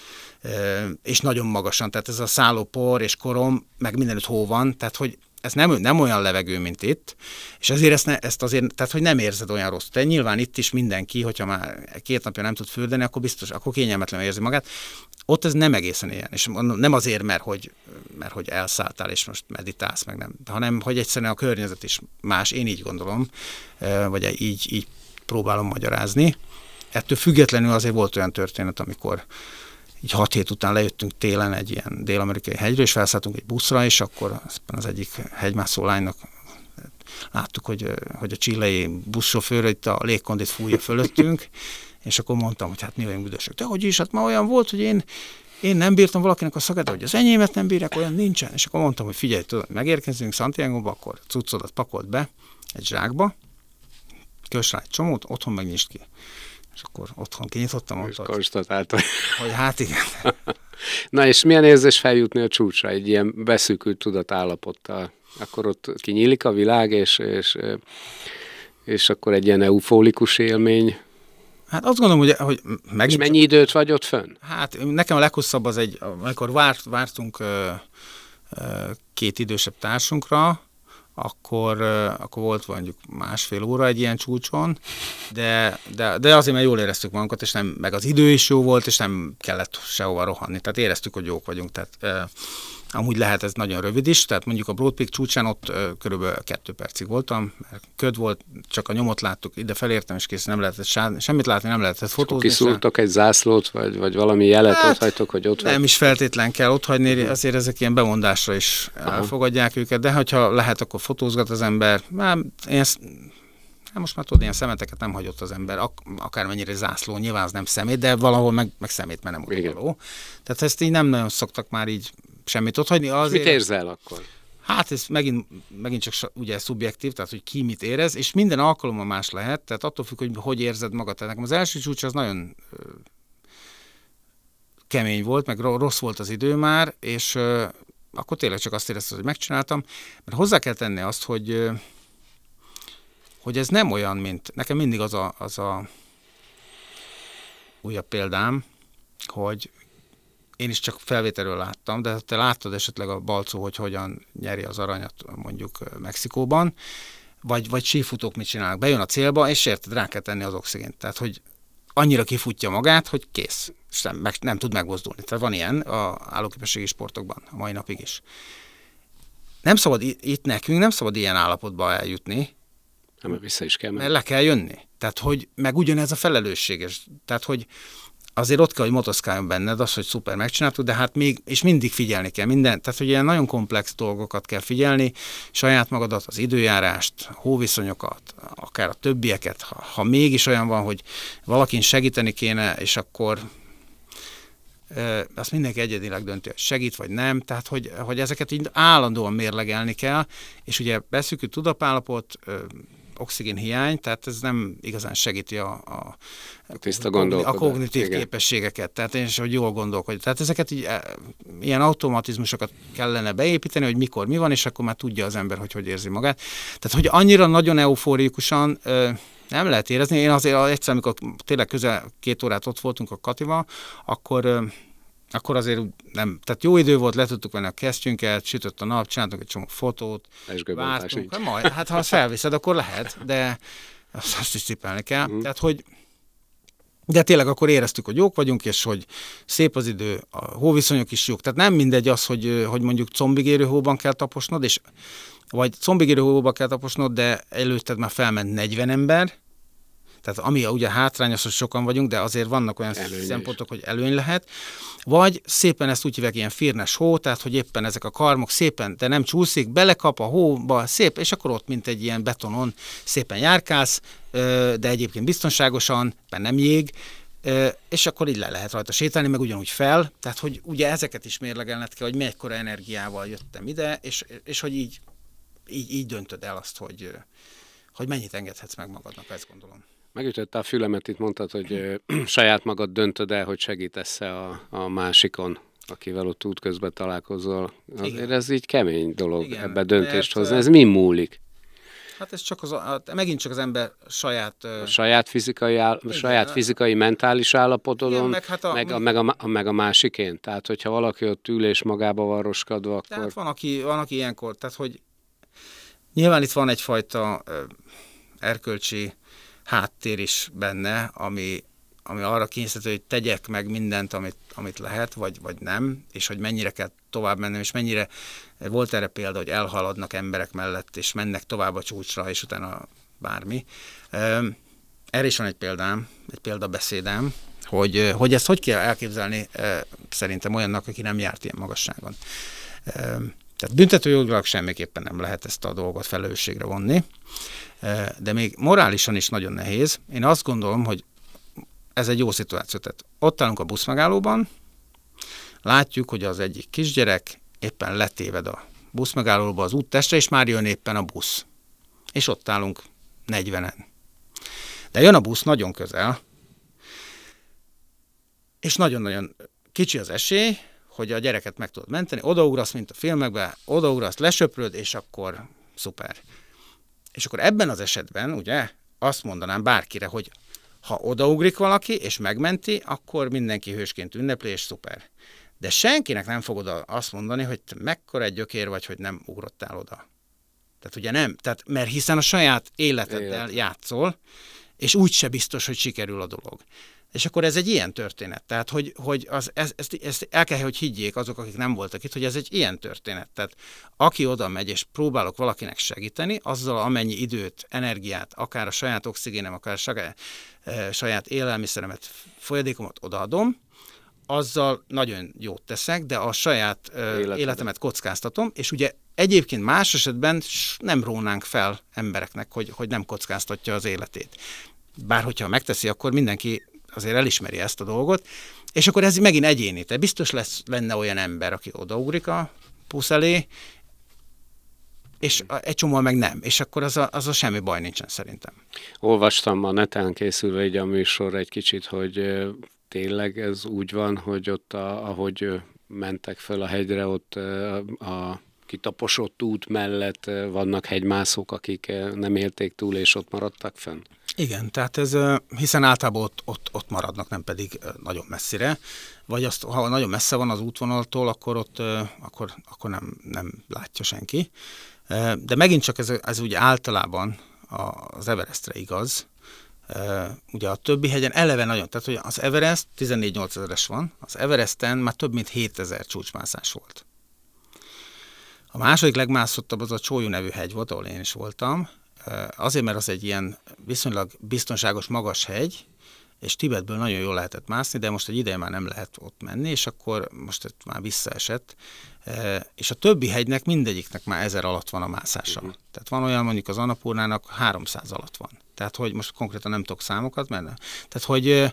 és nagyon magasan. Tehát ez a szálló por és korom, meg mindenütt hó van, tehát hogy ez nem olyan levegő, mint itt, és ezért ezt azért, tehát hogy nem érzed olyan rossz. De nyilván itt is mindenki, hogyha már 2 napja nem tud fürdeni, akkor kényelmetlenül érzi magát. Ott ez nem egészen ilyen, és nem azért, mert hogy elszálltál, és most meditálsz, meg nem, hanem hogy egyszerűen a környezet is más, én így gondolom, vagy így próbálom magyarázni. Ettől függetlenül azért volt olyan történet, amikor így 6 hét után lejöttünk télen egy ilyen dél-amerikai hegyről, és felszálltunk egy buszra, és akkor az egyik hegymászó lánynak láttuk, hogy a chilei buszsofőr itt a légkondit fújja fölöttünk, és akkor mondtam, hogy hát mi vagyunk büdösök. De hogy is, hát ma olyan volt, hogy én nem bírtam valakinek a szagát, hogy az enyémet nem bírják, olyan nincsen. És akkor mondtam, hogy figyelj, tudod, megérkezünk Santiago-ba, akkor cuccodat pakolt be egy zsákba, köss rá egy csomót, otthon megnyisd ki. És akkor otthon kinyitottam, mondtad, hogy hát igen. Na és milyen érzés feljutni a csúcsra egy ilyen beszűkült tudatállapottal? Akkor ott kinyílik a világ, és akkor egy ilyen eufórikus élmény. Hát azt gondolom, hogy és mennyi időt vagy ott fönn? Hát nekem a leghosszabb az amikor vártunk 2 idősebb társunkra, akkor volt mondjuk 1,5 óra egy ilyen csúcson, de azért, mert jól éreztük magunkat, és meg az idő is jó volt, és nem kellett sehova rohanni. Tehát éreztük, hogy jók vagyunk. Tehát amúgy lehet ez nagyon rövid is, tehát mondjuk a Broad Peak csúcsán ott körülbelül 2 percig voltam, mert köd volt, csak a nyomot láttuk, ide felértem, és kész, nem lehetett semmit látni, nem lehetett fotózni. Kiszúrtak egy zászlót, vagy valami jelet ott hagytok, hogy ott nem is feltétlen kell ott hagyni, azért ezek ilyen bemondásra is elfogadják őket, de hogyha lehet, akkor fotózgat az ember. Most már tudod, ilyen szemeteket nem hagyott az ember, akármennyire zászló, nyilván az nem szemét, de valahol meg szemét, mert nem úgy való. Tehát ezt így nem nagyon szoktak már így semmit ott hagyni. Mit érzel akkor? Hát ez megint csak ugye szubjektív, tehát hogy ki mit érez, és minden alkalommal más lehet, tehát attól függ, hogy érzed magad. Tehát nekem az első csúcs az nagyon kemény volt, meg rossz volt az idő már, és akkor tényleg csak azt éreztem, hogy megcsináltam, mert hozzá kell tenni azt, hogy ez nem olyan, mint nekem mindig az a újabb példám, hogy én is csak felvételről láttam, de te láttad esetleg a Balcó, hogy hogyan nyeri az aranyat mondjuk Mexikóban, vagy sífutók mit csinálnak. Bejön a célba, és érted, rá kell tenni az oxigént. Tehát, hogy annyira kifutja magát, hogy kész, és nem tud megmozdulni. Tehát van ilyen a állóképességi sportokban, a mai napig is. Nem szabad nekünk nem szabad ilyen állapotba eljutni, mert vissza is kell menni. Mert le kell jönni. Tehát, hogy meg ugyanez a felelősséges. Tehát, hogy azért ott kell, hogy motoszkáljon benned az, hogy szuper megcsináltuk, de hát még, és mindig figyelni kell minden, tehát hogy ilyen nagyon komplex dolgokat kell figyelni, saját magadat, az időjárást, hóviszonyokat, akár a többieket, ha mégis olyan van, hogy valakin segíteni kéne, és akkor azt mindenki egyedileg dönti, hogy segít vagy nem, tehát hogy ezeket így állandóan mérlegelni kell, és ugye beszűkült tudatállapot, oxigénhiány, tehát ez nem igazán segíti a kognitív képességeket, tehát én is, hogy jól gondolkodj. Tehát ezeket így, ilyen automatizmusokat kellene beépíteni, hogy mikor mi van, és akkor már tudja az ember, hogy érzi magát. Tehát, hogy annyira nagyon eufórikusan nem lehet érezni. Én azért egyszer, amikor tényleg közel 2 órát ott voltunk a Katival, akkor azért nem, tehát jó idő volt, le tudtuk venni a kesztyünket, sütött a nap, csináltunk egy csomó fotót, vártunk. Hát ha azt felviszed, akkor lehet, de azt is cipelni kell. Tehát, de tényleg akkor éreztük, hogy jók vagyunk, és hogy szép az idő, a hóviszonyok is jók. Tehát nem mindegy az, hogy mondjuk combigérő hóban kell taposnod, vagy combigérő hóban kell taposnod, de előtted már felment 40 ember, tehát ami ugye hátrányos, hogy sokan vagyunk, de azért vannak olyan szempontok, hogy előny lehet. Vagy szépen ezt úgy hívják ilyen firnes hó, tehát hogy éppen ezek a karmok szépen, de nem csúszik, belekap a hóba, szép, és akkor ott, mint egy ilyen betonon szépen járkálsz, de egyébként biztonságosan, mert nem jég, és akkor így le lehet rajta sétálni, meg ugyanúgy fel, tehát hogy ugye ezeket is mérlegelned kell, hogy mekkora energiával jöttem ide, és hogy így döntöd el azt, hogy mennyit engedhetsz meg magadnak, ezt gondolom. Megütötte a fülemet, itt mondtad, hogy saját magad döntöd el, hogy segítesz-e a másikon, akivel ott útközben találkozol. Azért ez így kemény dolog, ebbe döntést hozni. Ez mi múlik? Hát ez csak megint csak az ember saját fizikai, mentális állapotodon, meg a másikén. Tehát, hogyha valaki ott ül és magába van roskadva, akkor... Tehát van, aki ilyenkor, tehát hogy nyilván itt van egyfajta erkölcsi háttér is benne, ami arra kényszerítő, hogy tegyek meg mindent, amit lehet, vagy nem, és hogy mennyire kell tovább mennem, és mennyire volt erre példa, hogy elhaladnak emberek mellett, és mennek tovább a csúcsra, és utána bármi. Erre is van egy példabeszédem, hogy ezt hogy kell elképzelni szerintem olyannak, aki nem járt ilyen magasságon. Tehát büntetőjogilag semmiképpen nem lehet ezt a dolgot felelősségre vonni, de még morálisan is nagyon nehéz. Én azt gondolom, hogy ez egy jó szituáció. Tehát ott állunk a buszmegállóban, látjuk, hogy az egyik kisgyerek éppen letéved a buszmegállóba az úttestre, és már jön éppen a busz. És ott állunk 40-en. De jön a busz nagyon közel, és nagyon-nagyon kicsi az esély, hogy a gyereket meg tudod menteni, odaugrasz, mint a filmekben, odaugrasz, lesöpröd, és akkor szuper. És akkor ebben az esetben, ugye, azt mondanám bárkire, hogy ha odaugrik valaki, és megmenti, akkor mindenki hősként ünnepli, és szuper. De senkinek nem fogod azt mondani, hogy te mekkora egy gyökér vagy, hogy nem ugrottál oda. Tehát ugye nem, mert hiszen a saját életeddel játszol, és úgyse biztos, hogy sikerül a dolog. És akkor ez egy ilyen történet. Tehát, hogy ezt el kell, hogy higgyék azok, akik nem voltak itt, hogy ez egy ilyen történet. Tehát aki oda megy, és próbálok valakinek segíteni, azzal amennyi időt, energiát, akár a saját oxigénem, akár a saját élelmiszeremet, folyadékomat odaadom, azzal nagyon jót teszek, de a saját életemet kockáztatom, és ugye egyébként más esetben nem rónánk fel embereknek, hogy nem kockáztatja az életét. Bár hogyha megteszi, akkor mindenki azért elismeri ezt a dolgot, és akkor ez megint egyéni. Tehát biztos lenne olyan ember, aki odaugrik a busz elé, és egy csomó meg nem, és akkor az a semmi baj nincsen szerintem. Olvastam a neten készülve így a műsor egy kicsit, hogy tényleg ez úgy van, hogy ott, ahogy mentek föl a hegyre, ott a kitaposott út mellett vannak hegymászók, akik nem élték túl, és ott maradtak fenn? Igen, tehát ez, hiszen általában ott maradnak, nem pedig nagyon messzire, vagy azt, ha nagyon messze van az útvonaltól, akkor nem látja senki. De megint csak ez úgy általában az Everestre igaz. Ugye a többi hegyen eleve nagyon, tehát hogy az Everest 14-8000-es van, az Everesten már több mint 7000 csúcsmászás volt. A második legmászottabb az a Csólyú nevű hegy volt, ahol én is voltam, azért, mert az egy ilyen viszonylag biztonságos magas hegy, és Tibetből nagyon jól lehetett mászni, de most egy ideje már nem lehet ott menni, és akkor most már visszaesett. És a többi hegynek mindegyiknek már 1000 alatt van a mászása. Tehát van olyan, mondjuk az Annapurnának 300 alatt van. Tehát, hogy most konkrétan nem tudok számokat, mert nem. Tehát, hogy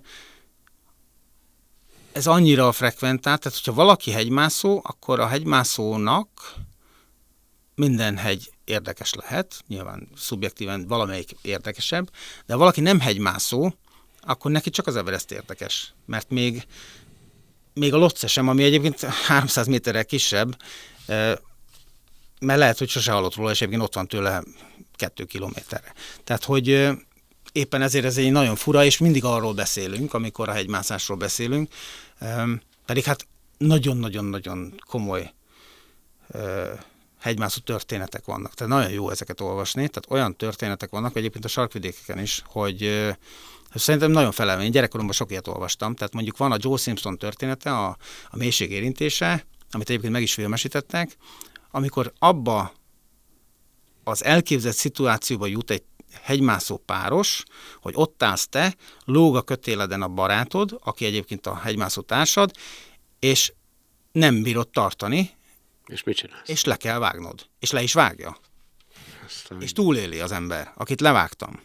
ez annyira frekventált, tehát hogyha valaki hegymászó, akkor a hegymászónak minden hegy érdekes lehet, nyilván szubjektíven valamelyik érdekesebb, de ha valaki nem hegymászó, akkor neki csak az Everest érdekes, mert még a Lhotse sem, ami egyébként 300 méterrel kisebb, mert lehet, hogy sose hallott róla, és egyébként ott van tőle 2 kilométerre. Tehát, hogy éppen ezért ez egy nagyon fura, és mindig arról beszélünk, amikor a hegymászásról beszélünk, pedig hát nagyon-nagyon-nagyon komoly hegymászó történetek vannak. Tehát nagyon jó ezeket olvasni, tehát olyan történetek vannak, egyébként a sarkvidékeken is, hogy szerintem nagyon felelve. Én gyerekkoromban sok ilyet olvastam, tehát mondjuk van a Joe Simpson története, a mélység érintése, amit egyébként meg is filmesítettek, amikor abba az elképzelt szituációba jut egy hegymászó páros, hogy ott állsz te, lóg a kötéleden a barátod, aki egyébként a hegymászó társad, és nem bírod tartani, és mit csinálsz? És le kell vágnod. És le is vágja. És túléli az ember, akit levágtam.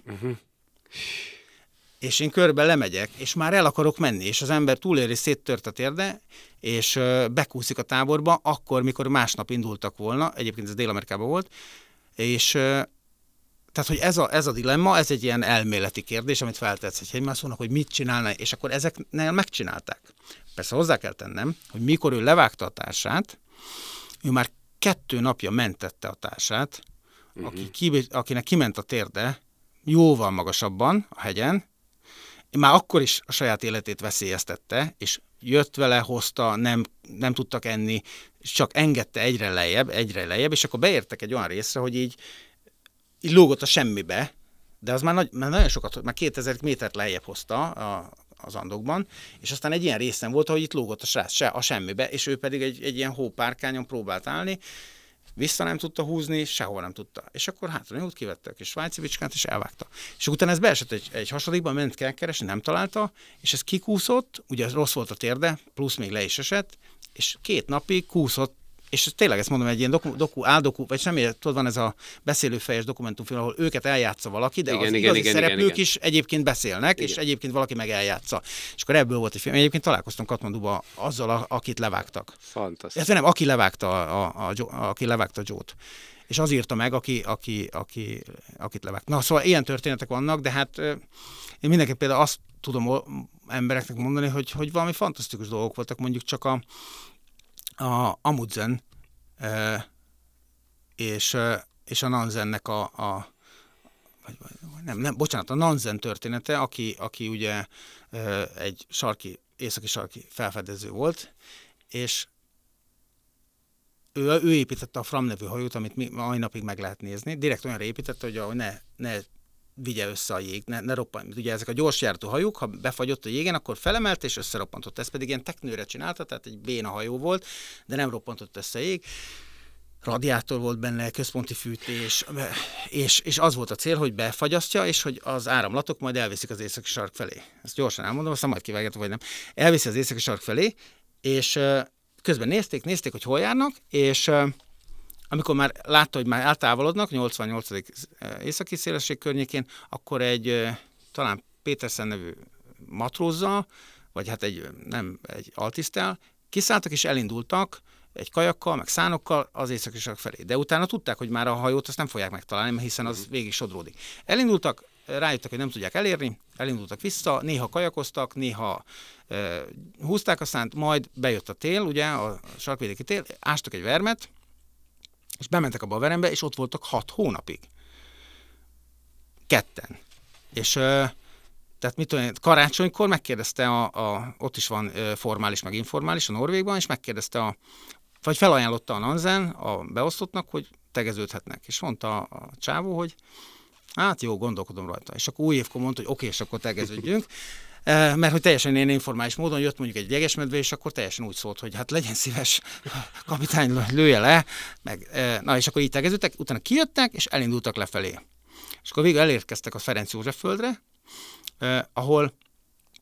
És én körbe lemegyek, és már el akarok menni, és az ember túléli, széttört a térde, és bekúszik a táborba, akkor, mikor másnap indultak volna, egyébként ez Dél-Amerikában volt, és tehát, hogy ez a dilemma, ez egy ilyen elméleti kérdés, amit feltetsz egy hegymászónak, hogy mit csinálna, és akkor ezeknél megcsinálták. Persze hozzá kell tennem, hogy mikor ő levágta a társát, ő már 2 napja mentette a társát, akinek kiment a térde jóval magasabban a hegyen, már akkor is a saját életét veszélyeztette, és jött vele, hozta, nem tudtak enni, és csak engedte egyre lejjebb, és akkor beértek egy olyan részre, hogy így lógott a semmibe, de az már nagyon sokat, már 2000 métert lejjebb hozta az Andokban, és aztán egy ilyen részen volt, hogy itt lógott a srác a semmibe, és ő pedig egy ilyen hópárkányon próbált állni, vissza nem tudta húzni, sehova nem tudta. És akkor hátranyúlt, kivette a kis svájci bicskát, és elvágta. És utána ez beesett egy hasadékba, ment kell keresni, nem találta, és ez kikúszott, ugye rossz volt a térde, plusz még le is esett, és 2 napig kúszott, és tényleg ezt mondom, egy ilyen áldoku, vagy semmi, tudod, van ez a beszélőfejes dokumentumfilm, ahol őket eljátsza valaki, de az igazi szereplők is egyébként beszélnek, és egyébként valaki meg eljátsza. És akkor ebből volt egy film. Egyébként találkoztam Katmanduba azzal, akit levágtak. Fantasztikus. Ez nem, aki levágta Joe-t. És az írta meg, akit levágt. Na, szóval ilyen történetek vannak, de hát én mindenképp például azt tudom embereknek mondani, hogy valami fantasztikus dolgok voltak, mondjuk csak a Amundsen és a Nansennek a Nansen története, aki ugye egy északi sarki felfedező volt, és ő építette a Fram nevű hajót, amit mai napig meg lehet nézni. Direkt olyanra építette, hogy ne vigye össze a jég, ne roppan. Ugye ezek a gyorsjáratú hajók, ha befagyott a jégen, akkor felemelt és összeroppantott. Ez pedig ilyen teknőre csinálta, tehát egy béna hajó volt, de nem roppantott össze a jég. Radiátor volt benne, központi fűtés, és az volt a cél, hogy befagyasztja, és hogy az áramlatok majd elviszik az északi sark felé. Ezt gyorsan elmondom, aztán majd kivágjátok, vagy nem. Elviszi az északi sark felé, és közben nézték, hogy hol járnak, és amikor már látta, hogy már eltávolodnak, 88. északi szélesség környékén, akkor egy talán Petersen nevű matrózzal, vagy hát egy altiszttel, kiszálltak és elindultak egy kajakkal, meg szánokkal az északi sark felé. De utána tudták, hogy már a hajót azt nem fogják megtalálni, mert hiszen az végig sodródik. Elindultak, rájöttek, hogy nem tudják elérni, elindultak vissza, néha kajakoztak, néha húzták a szánt, majd bejött a tél, ugye a sarkvidéki tél, ástak egy vermet, és bementek abba a verembe, és ott voltak 6 hónapig. Ketten. És tehát mit tudom, karácsonykor megkérdezte, ott is van formális, meg informális a Norvégban, és megkérdezte, vagy felajánlotta a Nansen a beosztottnak, hogy tegeződhetnek. És mondta a csávó, hogy hát jó, gondolkodom rajta. És akkor új évkor mondta, hogy oké, és akkor tegeződjünk. Mert hogy teljesen ilyen informális módon jött mondjuk egy jegesmedve, és akkor teljesen úgy szólt, hogy hát legyen szíves, kapitány, lője le, meg, na és akkor így tegeződtek, utána kijöttek, és elindultak lefelé. És akkor végül elérkeztek a Ferenc József földre, ahol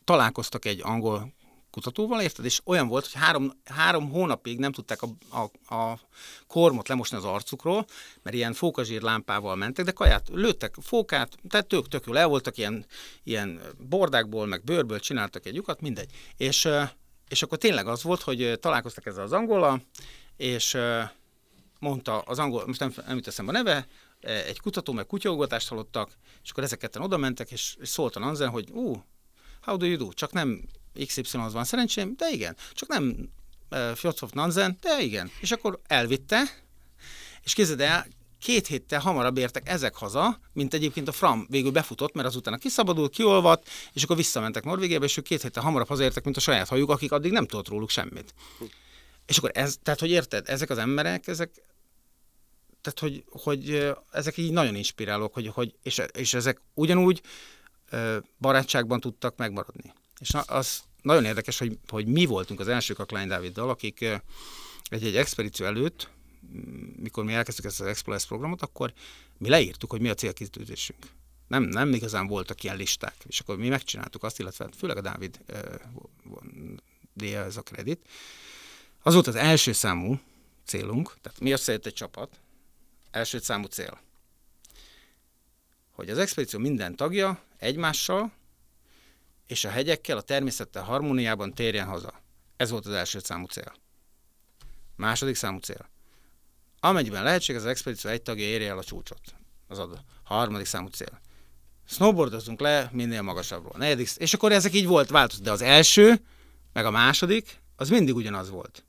találkoztak egy angol kutatóval, érted? És olyan volt, hogy három hónapig nem tudták a kormot lemosni az arcukról, mert ilyen fókazsír lámpával mentek, de kaját lőttek, fókát, tehát tök jól el voltak, ilyen bordákból, meg bőrből csináltak egy lyukat, mindegy. És akkor tényleg az volt, hogy találkoztak ezzel az angollal, és mondta az angol, most nem jut eszembe a neve, egy kutató, meg kutyaugatást hallottak, és akkor ezek ketten oda mentek, és szólt a Nansen, hogy how do you do? Csak nem XY-hoz van szerencsém, de igen. Csak nem Fjodhoff Nansen, de igen. És akkor elvitte, és képzeld el, 2 héttel hamarabb értek ezek haza, mint egyébként a Fram végül befutott, mert azután kiszabadult, kiolvadt, és akkor visszamentek Norvégiába, és ők 2 héttel hamarabb hazaértek, mint a saját hajuk, akik addig nem tudott róluk semmit. És akkor tehát, hogy érted, ezek az emberek, tehát, hogy ezek így nagyon inspirálók, és ezek ugyanúgy barátságban tudtak megmaradni. És az nagyon érdekes, hogy mi voltunk az elsők a Klein Dáviddal, akik egy expedíció előtt, mikor mi elkezdtük ezt az Explorers programot, akkor mi leírtuk, hogy mi a célkitűzésünk. Nem igazán voltak ilyen listák. És akkor mi megcsináltuk azt, illetve főleg a Dávid ez a kredit. Az volt az első számú célunk, tehát mi összejött egy csapat, első számú cél, hogy az expedíció minden tagja egymással és a hegyekkel, a természettel harmóniában térjen haza. Ez volt az első számú cél. Második számú cél. Amennyiben lehetséges, az expedíció egy tagja érje el a csúcsot. Az a harmadik számú cél. Snowboardozunk le minél magasabbról. Negyedik, és akkor ezek így változott. De az első, meg a második, az mindig ugyanaz volt.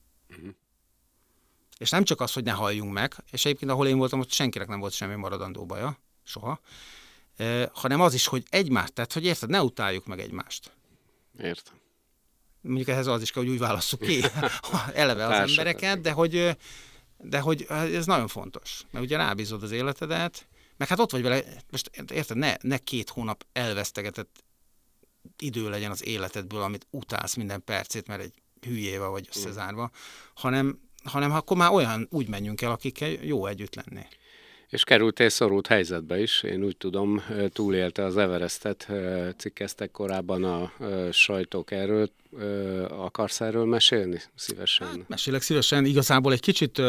És nem csak az, hogy ne halljunk meg, és egyébként ahol én voltam, ott senkinek nem volt semmi maradandó baja, soha, hanem az is, hogy egymást, tehát hogy érted, ne utáljuk meg egymást. Értem. Mondjuk ehhez az is kell, hogy úgy válasszuk ki eleve az embereket, de hogy ez nagyon fontos, mert ugye rábízod az életedet, meg hát ott vagy vele, most érted, ne 2 hónap elvesztegetett idő legyen az életedből, amit utálsz minden percét, mert egy hülyével vagy összezárva, hanem akkor már úgy menjünk el, akikkel jó együtt lenni. És kerültél szorult helyzetbe is, én úgy tudom, túlélte az Everestet, cikkeztek korábban a sajtók erről. Akarsz erről mesélni szívesen? Hát, mesélek szívesen, igazából egy kicsit,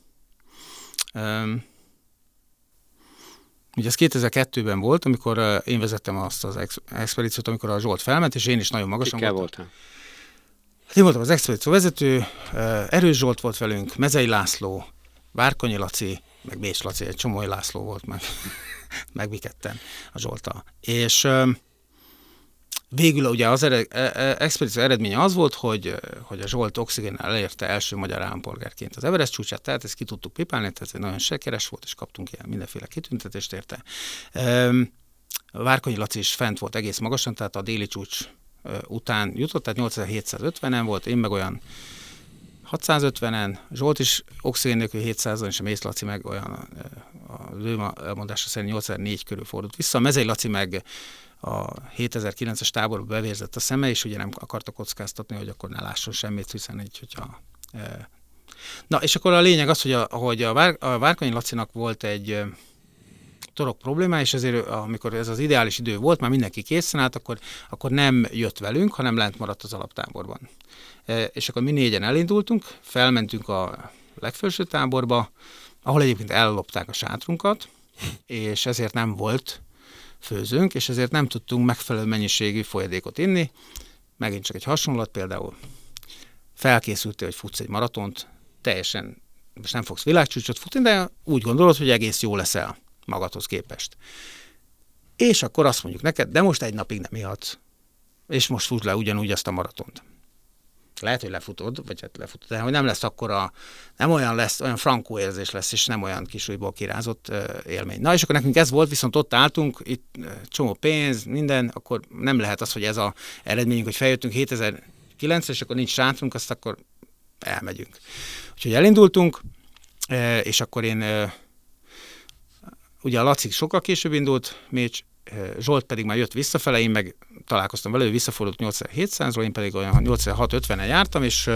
ugye ez 2002-ben volt, amikor én vezettem azt az expedíciót, amikor a Zsolt felment, és én is nagyon magasan voltam. Voltál? Hát én voltam az expedíció vezető, Erős Zsolt volt velünk, Mezei László, Várkonyi Laci, meg Bécs Laci, egy csomó László volt meg mi ketten a Zsolttal. És végül ugye az expedíció eredménye az volt, hogy a Zsolt oxigénnel elérte első magyar állampolgárként az Everest csúcsát, tehát ezt ki tudtuk pipálni, tehát ez nagyon sikeres volt, és kaptunk ilyen mindenféle kitüntetést érte. A Várkonyi Laci is fent volt egész magasan, tehát a déli csúcs után jutott, tehát 8750-en volt, én meg olyan 650-en, Zsolt is oxigén nélkül 700-on, és a Mész Laci meg olyan, a ő elmondása szerint 8004 körül fordult vissza. A Mezei Laci meg a 7009-es táborba bevérzett a szeme, és ugye nem akarta kockáztatni, hogy akkor ne lásson semmit, hiszen így, hogyha... Na, és akkor a lényeg az, hogy a Várkonyi Lacinak volt egy torok problémája, és ezért, amikor ez az ideális idő volt, már mindenki készen állt, akkor nem jött velünk, hanem lent maradt az alaptáborban. És akkor mi 4-en elindultunk, felmentünk a legfelső táborba, ahol egyébként ellopták a sátrunkat, és ezért nem volt főzőnk, és ezért nem tudtunk megfelelő mennyiségű folyadékot inni. Megint csak egy hasonlat, például felkészültél, hogy futsz egy maratont, teljesen, most nem fogsz világcsúcsot futni, de úgy gondolod, hogy egész jó leszel magadhoz képest. És akkor azt mondjuk neked, de most egy napig nem ihatsz, és most fuss le ugyanúgy azt a maratont. Lehet, hogy lefutod, vagy hát lefutod, de hogy nem lesz akkora, nem olyan lesz, olyan frankó érzés lesz, és nem olyan kisújból kirázott élmény. Na, és akkor nekünk ez volt, viszont ott álltunk, itt csomó pénz, minden, akkor nem lehet az, hogy ez az eredményünk, hogy feljöttünk 2009-re, és akkor nincs sátrunk, azt akkor elmegyünk. Úgyhogy elindultunk, és akkor én, ugye a Laci sokkal később indult, Mécs, Zsolt pedig már jött visszafele, én meg találkoztam vele, ő visszafordult 8700-ról, én pedig olyan 8650-en jártam, és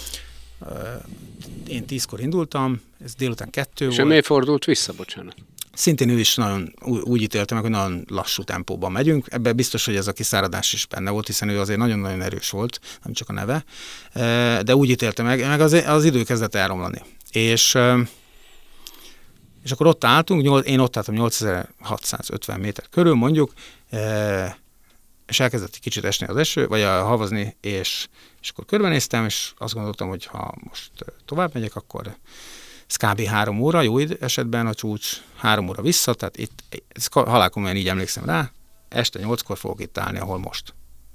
én 10-kor indultam, ez délután 2 volt. És miért fordult vissza, bocsánat? Szintén ő is nagyon úgy ítélte meg, hogy nagyon lassú tempóban megyünk. Ebben biztos, hogy ez a kiszáradás is benne volt, hiszen ő azért nagyon-nagyon erős volt, nem csak a neve, de úgy ítélte meg az idő kezdett elromlani. És akkor ott álltunk, én ott álltam 8650 méter körül mondjuk, és elkezdett egy kicsit esni az eső, vagy havazni, és akkor körbenéztem, és azt gondoltam, hogy ha most tovább megyek, akkor ez kb. 3 óra, jó esetben a csúcs, 3 óra vissza, tehát itt halálkomolyan így emlékszem rá, este 8-kor fogok itt állni, ahol most.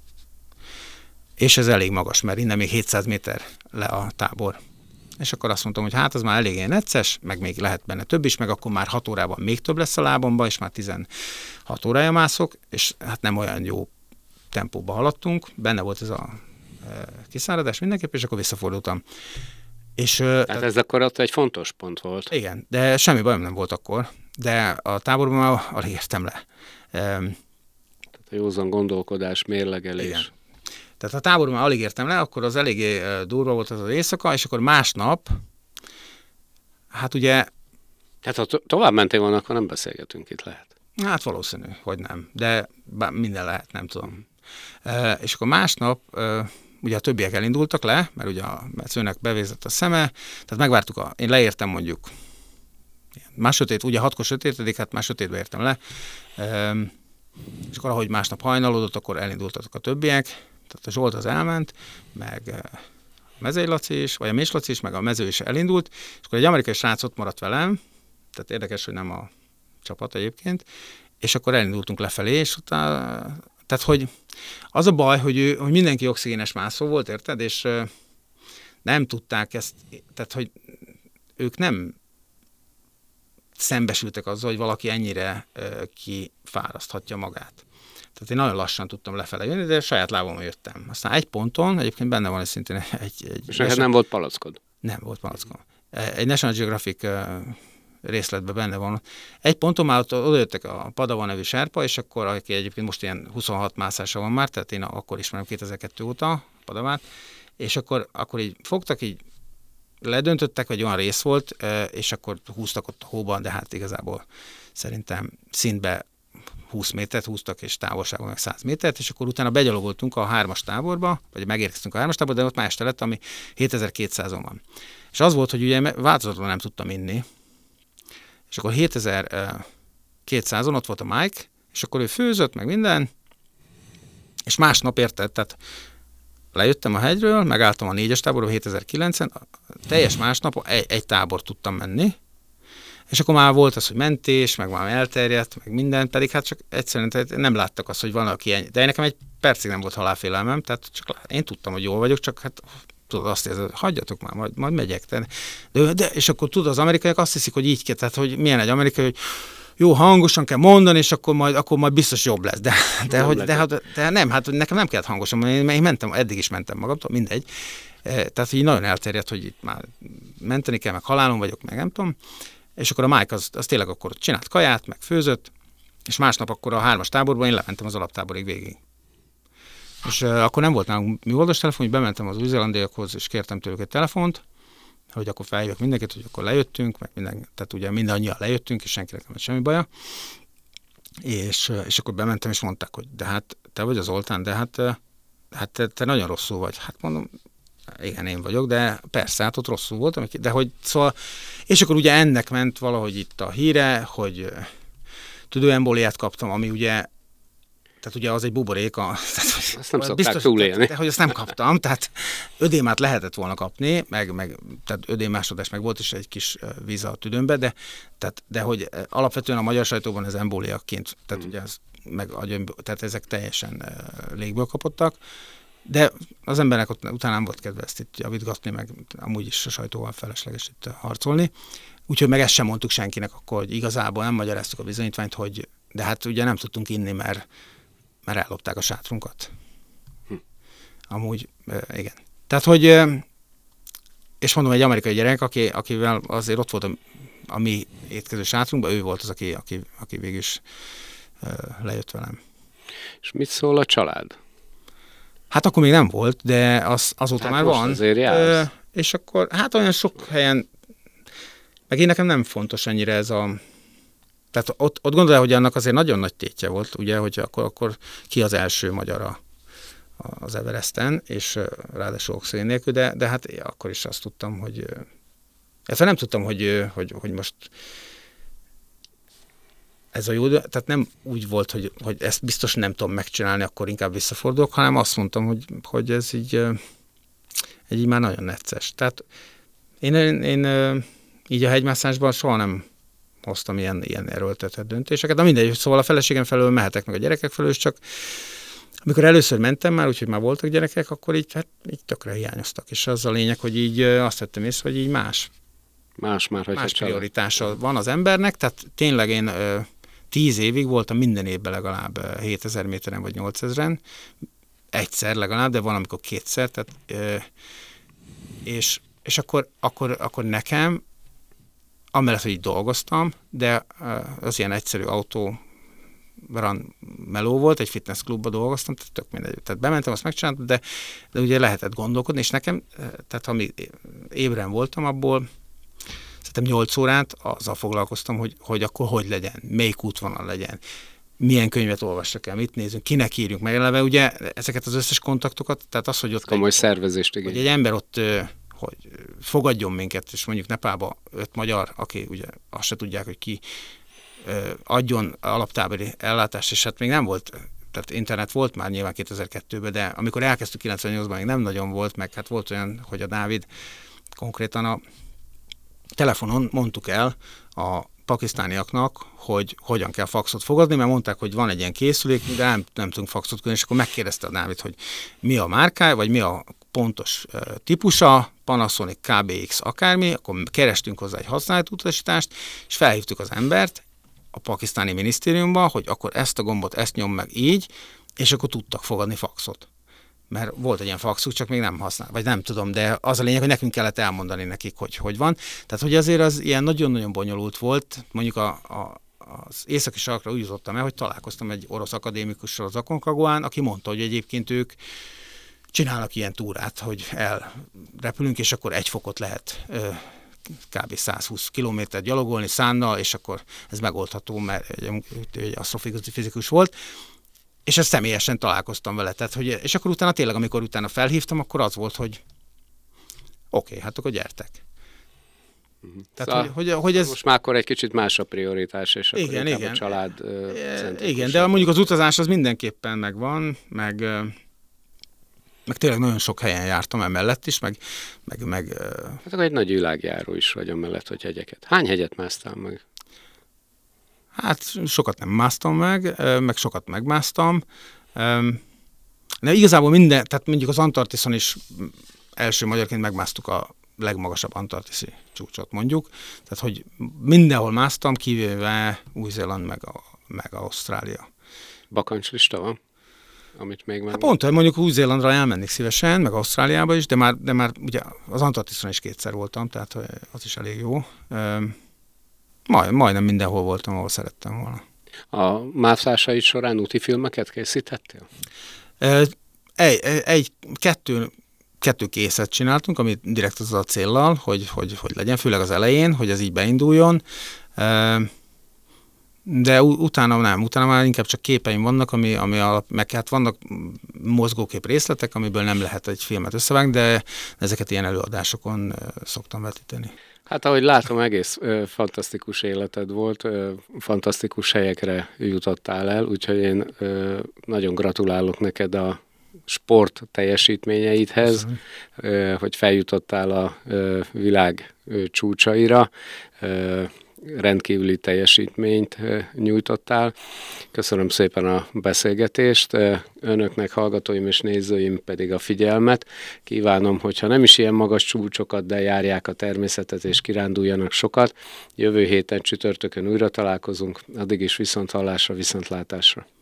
És ez elég magas, mert innen még 700 méter le a tábor. És akkor azt mondtam, hogy hát az már eléggé necces, meg még lehet benne több is, meg akkor már 6 órában még több lesz a lábomba, és már 16 órája mászok, és hát nem olyan jó tempóba haladtunk, benne volt ez a kiszáradás mindenképp, és akkor visszafordultam. És, tehát ez akkor ott egy fontos pont volt. Igen, de semmi bajom nem volt akkor, de a táborban már alig értem le. Tehát a józan gondolkodás, mérlegelés. Igen. Tehát a táborban már alig értem le, akkor az eléggé durva volt az éjszaka, és akkor másnap, hát ugye... Tehát ha tovább mentél volna, akkor nem beszélgetünk itt, lehet. Hát valószínű, hogy nem, de minden lehet, nem tudom. És akkor másnap... Ugye a többiek elindultak le, mert ugye a metszőnek bevézett a szeme, tehát megvártuk, én leértem mondjuk már sötét, ugye 6-kor sötétedik, hát már sötétbe értem le, és akkor ahogy másnap hajnalodott, akkor elindultak a többiek, tehát a Zsolt az elment, meg a Mezei Laci is, vagy a Més Laci is, meg a Mező is elindult, és akkor egy amerikai srác ott maradt velem, tehát érdekes, hogy nem a csapat egyébként, és akkor elindultunk lefelé, és utána, tehát, hogy az a baj, hogy mindenki oxigénes mászó volt, érted? És nem tudták ezt, tehát, hogy ők nem szembesültek azzal, hogy valaki ennyire kifáraszthatja magát. Tehát én nagyon lassan tudtam lefele jönni, de saját lábomon jöttem. Aztán egy ponton, egyébként benne van szintén egy és neked nem volt palackod? Nem volt palackom. Egy National Geographic részletben benne van. Egy ponton már odajöttek a Padava nevű serpa, és akkor, aki egyébként most ilyen 26 mászása van már, tehát én akkor ismerem 2002 óta Padavát, és akkor így fogtak, így ledöntöttek, vagy olyan rész volt, és akkor húztak ott a hóban, de hát igazából szerintem szintbe 20 métert húztak, és távolságon meg 100 métert, és akkor utána begyalogoltunk a 3-as táborba, vagy megérkeztünk a 3-as táborba, de ott már este lett, ami 7200-on van. És az volt, hogy ugye változatlanul nem tudtam inni, és akkor 7200-on ott volt a Mike, és akkor ő főzött, meg minden, és másnap érted, tehát lejöttem a hegyről, megálltam a 4-es táborba 7009-en, teljes másnap egy tábor tudtam menni, és akkor már volt az, hogy mentés, meg már elterjedt, meg minden, pedig hát csak egyszerűen nem láttak azt, hogy van, aki ennyi. De nekem egy percig nem volt halálfélelmem, tehát csak én tudtam, hogy jól vagyok, csak hát tudod, azt érzed, hagyjatok már, majd megyek. De és akkor tudod, az amerikaiak azt hiszik, hogy így kell, tehát hogy milyen egy amerikai, hogy jó, hangosan kell mondani, és akkor majd biztos jobb lesz. De nem, hát nekem nem kellett hangosan, én mentem, eddig is mentem magamtól, mindegy. Tehát így nagyon elterjedt, hogy itt már menteni kell, meg halálon vagyok, meg nem tudom. És akkor a Mike az tényleg akkor csinált kaját, meg főzött, és másnap akkor a 3-as táborban én lementem az alaptáborig végig. És akkor nem volt nálunk műholdas telefon, hogy bementem az új-zélandiakhoz, és kértem tőlük egy telefont, hogy akkor felhívjak mindenkit, hogy akkor lejöttünk, meg tehát ugye mindannyian lejöttünk, és senkinek nem lett semmi baja. És akkor bementem, és mondták, hogy de hát te vagy az Zoltán, de hát te nagyon rosszul vagy. Hát mondom, igen, én vagyok, de persze, hát ott rosszul voltam, de hogy szóval, és akkor ugye ennek ment valahogy itt a híre, hogy tüdőembóliát kaptam, ami ugye, tehát ugye az egy buborék, azt nem szokták túlélni. De hogy azt nem kaptam, tehát ödémát lehetett volna kapni, meg tehát ödémásodás meg volt is egy kis víz a tüdőmbe, de hogy alapvetően a magyar sajtóban ez embóliaként, tehát ugye ez, tehát ezek teljesen légből kapottak. De az embernek utána nem volt kedve ezt itt javítgatni, meg amúgy is a sajtóval felesleges itt harcolni. Úgyhogy meg ezt sem mondtuk senkinek akkor, hogy igazából nem magyaráztuk a bizonyítványt, hogy de hát ugye nem tudtunk inni, mert ellopták a sátrunkat. Amúgy, igen. Tehát, hogy, és mondom, egy amerikai gyerek, akivel azért ott volt a mi étkező sátrunkban, ő volt az, aki végül is lejött velem. És mit szól a család? Hát akkor még nem volt, de azóta hát már van. És akkor, hát olyan sok helyen, meg én nekem nem fontos ennyire ez a Tehát ott gondolja, hogy annak azért nagyon nagy tétje volt, ugye, hogy akkor ki az első magyar az Everesten, és ráadásul oxigén nélkül, de hát akkor is azt tudtam, hogy nem tudtam, hogy most ez a jó, tehát nem úgy volt, hogy ezt biztos nem tudom megcsinálni, akkor inkább visszafordulok, hanem azt mondtam, hogy ez így már nagyon necces. Tehát én így a hegymászásban soha nem hoztam ilyen erőltetett döntéseket, de mindegy, szóval a feleségem felől mehetek meg a gyerekek felől, és csak amikor először mentem már, úgyhogy már voltak gyerekek, akkor így tökre hiányoztak. És az a lényeg, hogy így azt vettem észre, hogy így más prioritása van az embernek, tehát tényleg én 10 évig voltam minden évben legalább 7000 méteren vagy 8000-en, egyszer legalább, de van, amikor kétszer, tehát, és akkor nekem, amellett, hogy így dolgoztam, de az ilyen egyszerű autó meló volt, egy fitness klubba dolgoztam, tehát tök mindegy. Tehát bementem, azt megcsináltam, de ugye lehetett gondolkodni, és nekem, tehát amíg ébren voltam, abból szerintem 8 órát azzal foglalkoztam, hogy akkor hogy legyen, melyik útvonal legyen, milyen könyvet olvassak el, mit nézünk, kinek írjunk meg. Eleve ugye ezeket az összes kontaktokat, tehát az, hogy ott komoly szervezést igény. Hogy egy ember ott hogy fogadjon minket, és mondjuk Nepálba 5 magyar, aki ugye azt se tudják, hogy ki adjon alaptábori ellátást, és hát még nem volt, tehát internet volt már nyilván 2002-ben, de amikor elkezdtük 98-ban, még nem nagyon volt, meg hát volt olyan, hogy a Dávid konkrétan a telefonon mondtuk el a pakisztániaknak, hogy hogyan kell faxot fogadni, mert mondták, hogy van egy ilyen készülék, de nem tudunk faxot küldeni, és akkor megkérdezte a Dávid, hogy mi a márkája, vagy mi a pontos típusa, Panasonic, KBX, akármi, akkor kerestünk hozzá egy használt utasítást, és felhívtuk az embert a pakisztáni minisztériumba, hogy akkor ezt a gombot, ezt nyom meg így, és akkor tudtak fogadni faxot. Mert volt egy ilyen faxuk, csak még nem használ, vagy nem tudom, de az a lényeg, hogy nekünk kellett elmondani nekik, hogy van. Tehát, hogy azért az ilyen nagyon-nagyon bonyolult volt, mondjuk az északi sarkra úgy jutottam el, hogy találkoztam egy orosz akadémikussal az Aconcagúán, aki mondta, hogy egyébként ők csinálnak ilyen túrát, hogy elrepülünk, és akkor 1 fokot lehet kb. 120 kilométert gyalogolni szánnal, és akkor ez megoldható, mert egy asztrofizikus volt, és ezt személyesen találkoztam vele. Tehát, és akkor utána tényleg, amikor utána felhívtam, akkor az volt, hogy oké, hát akkor gyertek. Tehát, szóval hogy ez... Most már akkor egy kicsit más a prioritás, és akkor igen. A család igen, de mondjuk az utazás az mindenképpen megvan, meg tényleg nagyon sok helyen jártam emellett is, meg... Hát akkor egy nagy világjáró is vagy amellett, hogy hegyeket. Hány hegyet másztál meg? Hát sokat nem másztam meg sokat megmásztam. De igazából minden, tehát mondjuk az Antarktiszon is első magyarként megmásztuk a legmagasabb antarktiszi csúcsot mondjuk. Tehát, hogy mindenhol másztam, kivéve Új-Zéland meg Ausztrália. Bakancslista van? Amit még hát pont, hogy mondjuk Új-Zélandra elmennék szívesen, meg Ausztráliába is, de már ugye az Antarktiszon is 2-szer voltam, tehát az is elég jó. Majdnem mindenhol voltam, ahol szerettem volna. A mászásaid során úti filmeket készítettél? Kettő készet csináltunk, amit direkt az a céllal, hogy legyen, főleg az elején, hogy ez így beinduljon. De utána már inkább csak képeim vannak, meg hát vannak mozgókép részletek, amiből nem lehet egy filmet összevágni, de ezeket ilyen előadásokon szoktam vetíteni. Hát ahogy látom, egész fantasztikus életed volt, fantasztikus helyekre jutottál el, úgyhogy én nagyon gratulálok neked a sport teljesítményeidhez, hogy feljutottál a világ csúcsaira, rendkívüli teljesítményt nyújtottál. Köszönöm szépen a beszélgetést, önöknek, hallgatóim és nézőim pedig a figyelmet. Kívánom, hogyha nem is ilyen magas csúcsokat, de járják a természetet és kiránduljanak sokat. Jövő héten csütörtökön újra találkozunk, addig is viszonthallásra, viszontlátásra.